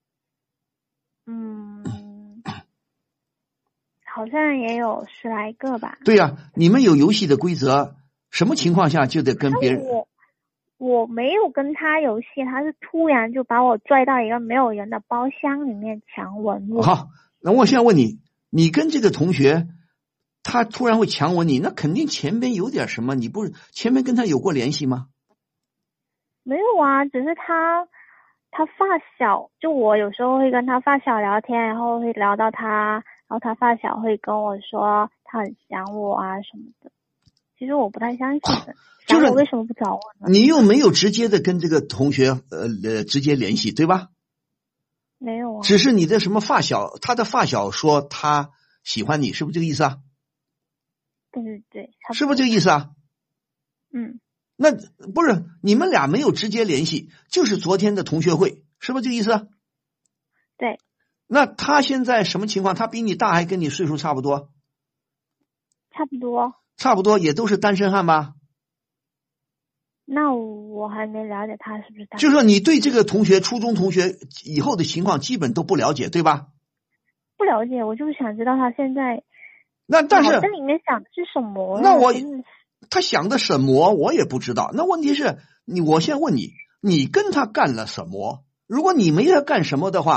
好像也有10来个吧。 对呀，你们有游戏的规则，什么情况下就得跟别人？ 我没有跟他游戏，他是突然就把我拽到一个没有人的包厢里面强吻我。 好，那我现在问你，你跟这个同学，他突然会强吻你，那肯定前边有点什么，你不是前面跟他有过联系吗？ 没有啊，只是他发小，就我有时候会跟他发小聊天，然后会聊到他，然后他发小会跟我说他很想我啊什么的。其实我不太相信的，想我为什么不找我呢？ 你又没有直接的跟这个同学直接联系，对吧？ 没有啊。 只是你的什么发小，他的发小说他喜欢你，是不是这个意思啊？ 对， 是不是这个意思啊？那不是你们俩没有直接联系，就是昨天的同学会，是不是这个意思啊？ 对。 那他现在什么情况？他比你大还跟你岁数差不多？ 差不多。 差不多也都是单身汉吧？ 那我还没了解他是不是单身。 就是说你对这个同学，初中同学以后的情况基本都不了解，对吧？ 不了解，我就是想知道他现在但是脑子里面想的是什么？ 那他想的什么我也不知道。那问题是我现在问你，你跟他干了什么？如果你没他干什么的话，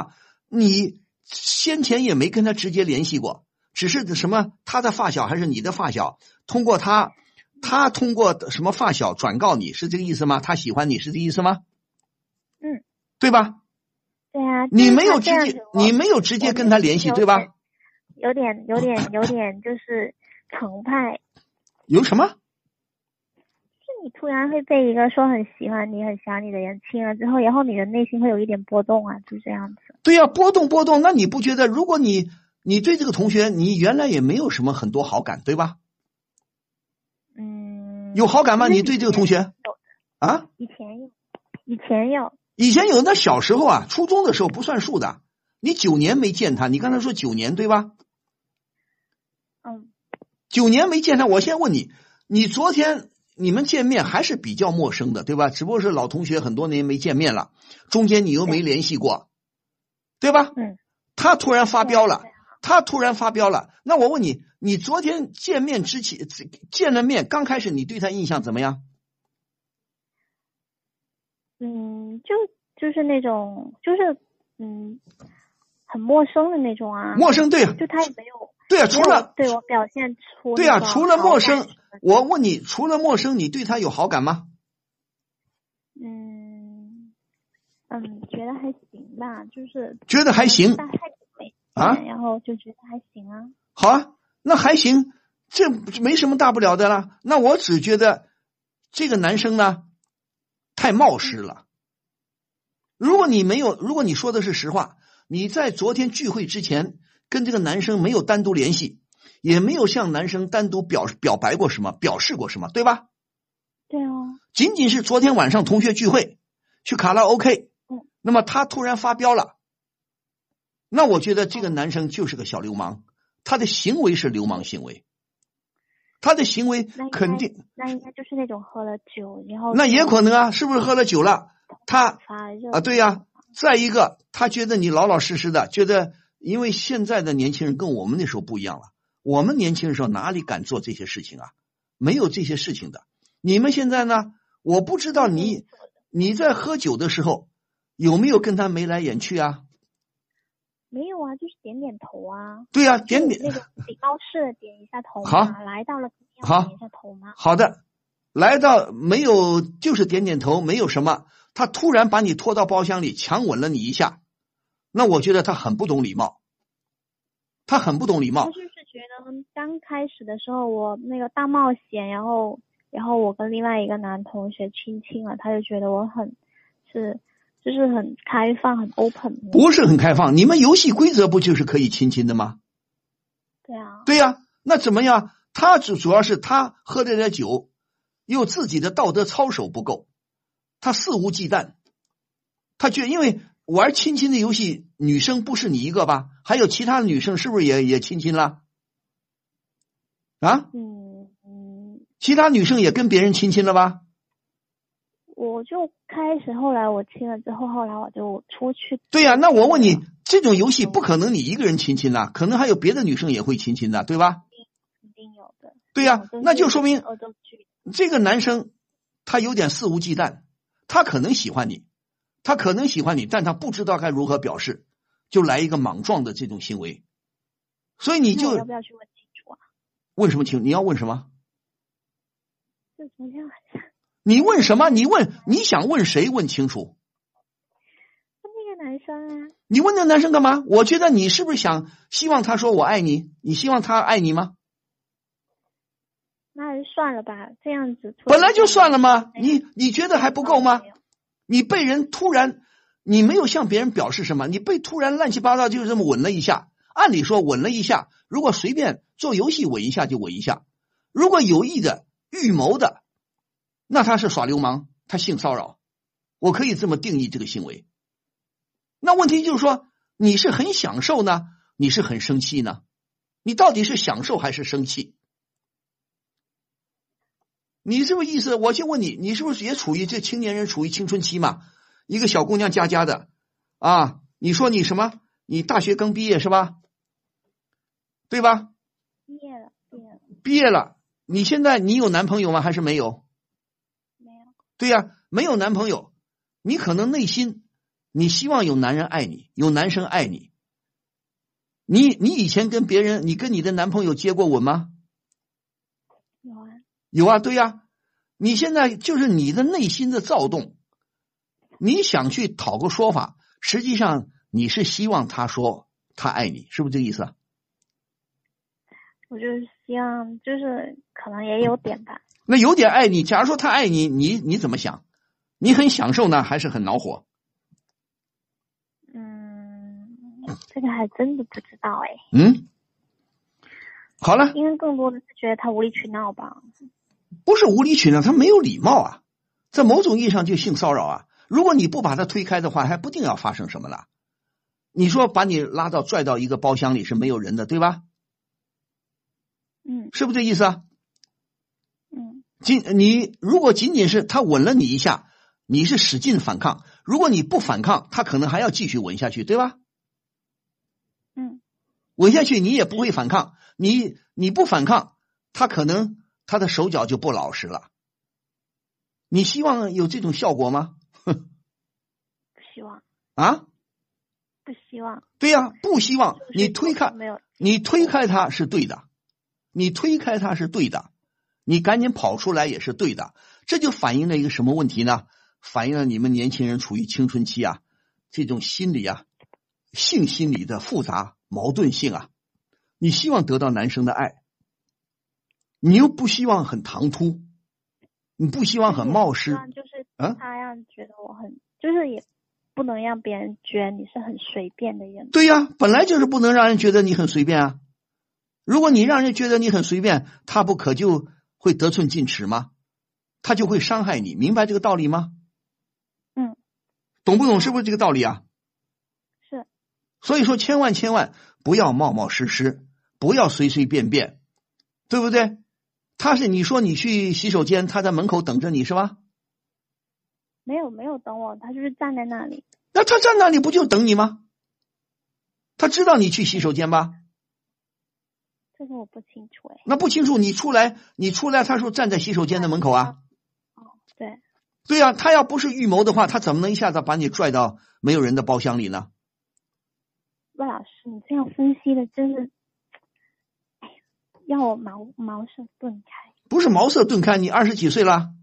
你先前也没跟他直接联系过，只是什么他的发小还是你的发小，通过他通过什么发小转告你，是这个意思吗？他喜欢你是这个意思吗？ 嗯， 对吧？ 对啊， 你没有直接跟他联系，对吧？ 有点就是澎湃。 有什么？ 是你突然会被一个说很喜欢你、很想你的人亲了之后，然后你的内心会有一点波动啊，就这样子。 对呀，波动。那你不觉得，如果你对这个同学，你原来也没有什么很多好感，对吧？有好感吗？你对这个同学？啊？ 以前有。 以前有，那小时候啊，初中的时候不算数的。你9年没见他，你刚才说9年对吧？9年没见他，我先问你，你昨天你们见面还是比较陌生的，对吧？只不过是老同学，很多年没见面了，中间你又没联系过，对吧？他突然发飙了，那我问你，你昨天见面之前见了面，刚开始你对他印象怎么样？ 就是那种，就是很陌生的那种啊。 陌生，对啊。 就他也没有。 对啊，除了对我表现出。 对啊，除了陌生，我问你，除了陌生，你对他有好感吗？ 觉得还行吧，就是觉得还行啊，然后就觉得还行啊。 好啊，那还行，这没什么大不了的了。那我只觉得这个男生呢太冒失了。如果你说的是实话，你在昨天聚会之前跟这个男生没有单独联系，也没有向男生单独表白过什么，表示过什么，对吧？ 对啊。 仅仅是昨天晚上同学聚会去卡拉 OK，那么他突然发飙了，那我觉得这个男生就是个小流氓，他的行为是流氓行为，他的行为肯定那应该就是那种喝了酒然后。 那也可能啊，是不是喝了酒了？他对呀。再一个，他觉得你老老实实的，觉得因为现在的年轻人跟我们那时候不一样了，我们年轻人时候哪里敢做这些事情啊？没有这些事情的。你们现在呢？我不知道你在喝酒的时候有没有跟他眉来眼去啊？ 没有啊，就是点点头啊。 对啊，点点那种礼貌式的点一下头好， 来到了要点一下头吗？ 好的，来到没有就是点点头，没有什么。他突然把你拖到包厢里强吻了你一下，那我觉得他很不懂礼貌，他就是觉得刚开始的时候我那个大冒险，然后我跟另外一个男同学亲了，他就觉得我就是很开放很 open。 不是很开放，你们游戏规则不就是可以亲的吗？对呀，那怎么样？他主要是他喝了点酒，又自己的道德操守不够，他肆无忌惮，他因为玩亲的游戏，女生不是你一个吧？还有其他的女生是不是也亲了？啊？其他女生也跟别人亲了吧？ 我就开始，后来我亲了之后，后来我就出去。 对呀，那我问你，这种游戏不可能你一个人亲啦，可能还有别的女生也会亲的，对吧？ 肯定有的。 对呀，那就说明这个男生他有点肆无忌惮，他可能喜欢你，但他不知道该如何表示，就来一个莽撞的这种行为，所以你就要不要去问清楚啊？ 问什么清？你要问什么？ 就昨天晚上。 你问什么？你想问谁？问清楚。 问那个男生啊。 你问那个男生干嘛？我觉得你是不是希望他说我爱你？你希望他爱你吗？ 那还是算了吧，这样子。 本来就算了吗？你觉得还不够吗？你被人突然，你没有向别人表示什么，你被突然乱七八糟就这么吻了一下。按理说吻了一下，如果随便做游戏吻一下就吻一下，如果有意的、预谋的，那他是耍流氓，他性骚扰，我可以这么定义这个行为。那问题就是说，你是很享受呢，你是很生气呢？你到底是享受还是生气？你是不是意思？我就问你，你是不是也处于这青年人处于青春期嘛？一个小姑娘家的啊，你说你什么？你大学刚毕业是吧？对吧？毕业了。你现在你有男朋友吗？还是没有？ 没有。 对呀，没有男朋友，你可能内心你希望有男人爱你，有男生爱你。你以前跟别人，你跟你的男朋友接过吻吗？ 有啊。 有啊，对呀。你现在就是你的内心的躁动，你想去讨个说法，实际上你是希望他说他爱你，是不是这个意思啊？ 我就是希望，就是可能也有点吧。 那有点爱你，假如说他爱你，你怎么想？你很享受呢，还是很恼火？ 这个还真的不知道哎。 好了， 因为更多的是觉得他无理取闹吧。 不是无理取闹，他没有礼貌啊，在某种意义上就性骚扰啊。如果你不把他推开的话，还不定要发生什么了。你说把你拽到一个包厢里是没有人的，对吧？是不是这意思啊？你如果仅仅是他吻了你一下，你是使劲反抗，如果你不反抗，他可能还要继续吻下去，对吧？吻下去你也不会反抗，你不反抗，他可能他的手脚就不老实了。你希望有这种效果吗？ 不希望啊？ 不希望。 对呀，不希望。你推开他是对的，你推开他是对的，你赶紧跑出来也是对的。这就反映了一个什么问题呢？反映了你们年轻人处于青春期啊，这种心理啊，性心理的复杂矛盾性啊。你希望得到男生的爱，你又不希望很唐突，你不希望很冒失， 就是他让觉得我很，就是也不能让别人觉得你是很随便的人。 对呀，本来就是不能让人觉得你很随便啊。如果你让人觉得你很随便，他不可就会得寸进尺吗？他就会伤害你，明白这个道理吗？懂不懂？是不是这个道理啊？ 是。 所以说千万不要冒冒失失，不要随随便便，对不对？你说你去洗手间，他在门口等着你是吧？ 没有等我，他就是站在那里。 那他站那里不就等你吗？他知道你去洗手间吧？ 这个我不清楚哎。 那不清楚，你出来，他说站在洗手间的门口啊。 对。 对呀，他要不是预谋的话，他怎么能一下子把你拽到没有人的包厢里呢？ 魏老师，你这样分析的真是，要我茅塞顿开。 不是茅塞顿开，你20几岁了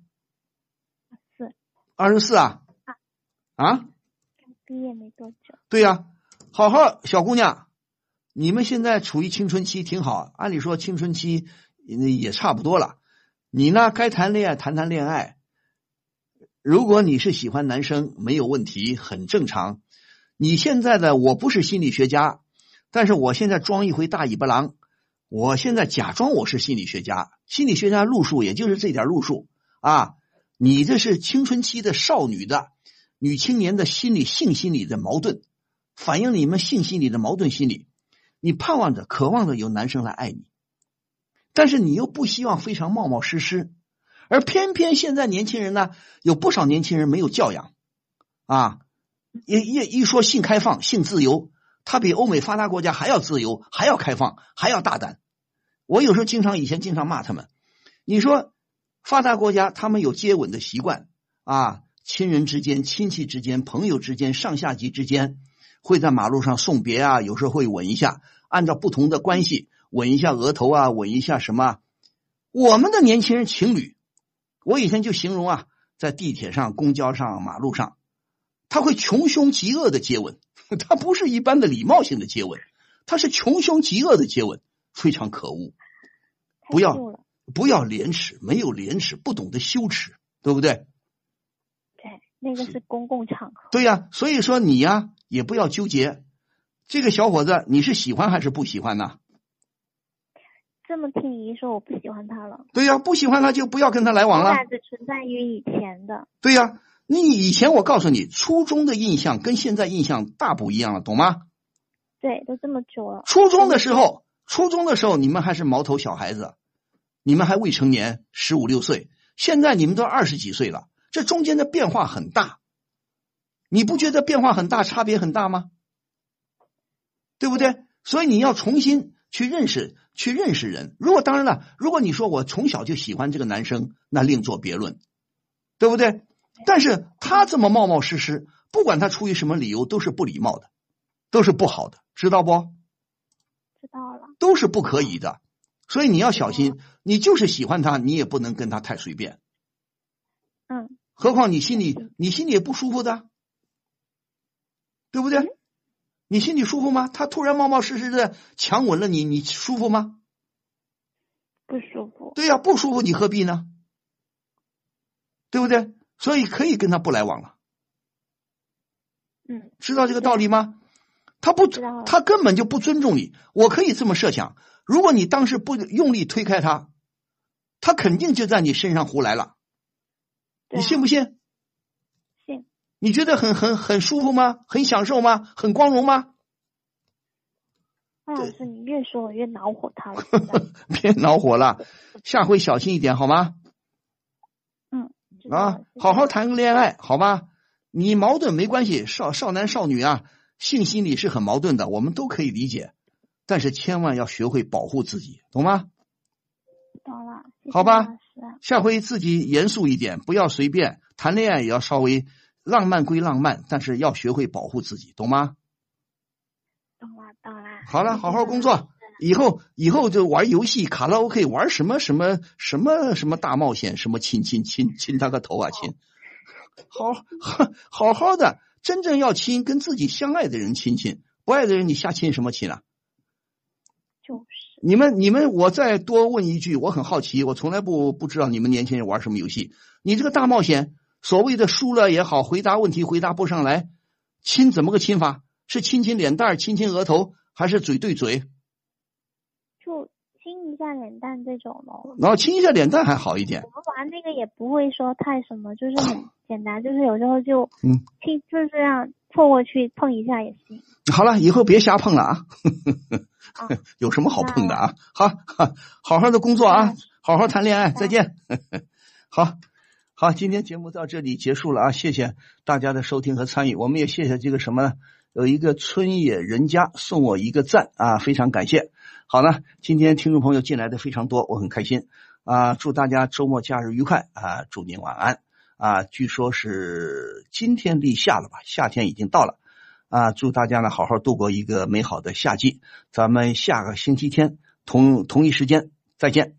？24啊？啊？ 毕业没多久。 对呀，好好小姑娘，你们现在处于青春期挺好，按理说青春期也差不多了。你呢，该谈恋爱谈恋爱。如果你是喜欢男生，没有问题，很正常。你现在的我不是心理学家，但是我现在装一回大尾巴狼，我现在假装我是心理学家。心理学家路数也就是这点路数啊。你这是青春期的少女的女青年的性心理的矛盾，反映你们性心理的矛盾心理。你盼望着渴望着有男生来爱你，但是你又不希望非常冒冒失失。而偏偏现在年轻人呢，有不少年轻人没有教养啊，一说性开放性自由，他比欧美发达国家还要自由，还要开放，还要大胆。我有时候以前经常骂他们，你说发达国家他们有接吻的习惯啊，亲人之间亲戚之间朋友之间上下级之间会在马路上送别啊，有时候会吻一下，按照不同的关系吻一下额头啊，吻一下什么。我们的年轻人情侣，我以前就形容啊，在地铁上公交上马路上，他会穷凶极恶的接吻，他不是一般的礼貌性的接吻，他是穷凶极恶的接吻，非常可恶。不要廉耻，没有廉耻，不懂得羞耻，对不对？ 对，那个是公共场合。 对呀，所以说你呀也不要纠结，这个小伙子你是喜欢还是不喜欢呢？ 这么听你一说，我不喜欢他了。 对呀，不喜欢他就不要跟他来往了。 只存在于以前的。 对呀，你以前我告诉你，初中的印象跟现在印象大不一样了，懂吗？ 对，都这么久了。 初中的时候你们还是毛头小孩子，你们还未成年，15、16岁，现在你们都20几岁了，这中间的变化很大，你不觉得变化很大，差别很大吗？对不对？所以你要重新去认识人。当然了，如果你说我从小就喜欢这个男生，那另作别论，对不对？但是他这么冒冒失失， 不管他出于什么理由，都是不礼貌的，都是不好的，知道不？ 知道了。 都是不可以的，所以你要小心。你就是喜欢他，你也不能跟他太随便。何况你心里也不舒服的，对不对？你心里舒服吗？他突然冒冒失失的强吻了你，你舒服吗？ 不舒服。 对呀，不舒服你何必呢？对不对？所以可以跟他不来往了。知道这个道理吗？他根本就不尊重你。我可以这么设想，如果你当时不用力推开他，他肯定就在你身上胡来了。你信不信？ 信。 你觉得很舒服吗？很享受吗？很光荣吗？ 老师，你越说我越恼火他了。 别恼火了，下回小心一点好吗？好好谈个恋爱好吧？你矛盾没关系，少男少女啊，性心理是很矛盾的，我们都可以理解，但是千万要学会保护自己，懂吗？ 懂了。 好吧，下回自己严肃一点，不要随便谈恋爱，也要稍微浪漫归浪漫，但是要学会保护自己，懂吗？ 懂了。 好了，好好工作，以后就玩游戏，卡拉 OK， 玩什么大冒险，什么亲他个头啊亲！好好的，真正要亲，跟自己相爱的人亲，不爱的人你瞎亲什么亲啊？ 就是你们，我再多问一句，我很好奇，我从来不知道你们年轻人玩什么游戏。你这个大冒险，所谓的输了也好，回答问题回答不上来，亲怎么个亲法？是亲脸蛋，亲额头，还是嘴对嘴？ 就亲一下脸蛋这种咯。 然后亲一下脸蛋还好一点。 我们玩那个也不会说太什么，就是很简单，就是有时候就亲，就是这样凑过去碰一下也行。 好了，以后别瞎碰了啊！有什么好碰的啊？好好的工作啊，好好谈恋爱，再见。好，今天节目到这里结束了啊！谢谢大家的收听和参与，我们也谢谢这个什么呢？有一个春野人家送我一个赞啊，非常感谢。好了，今天听众朋友进来的非常多，我很开心啊！祝大家周末假日愉快啊！祝您晚安啊！据说是今天立夏了吧？夏天已经到了啊！祝大家呢好好度过一个美好的夏季，咱们下个星期天同一时间再见。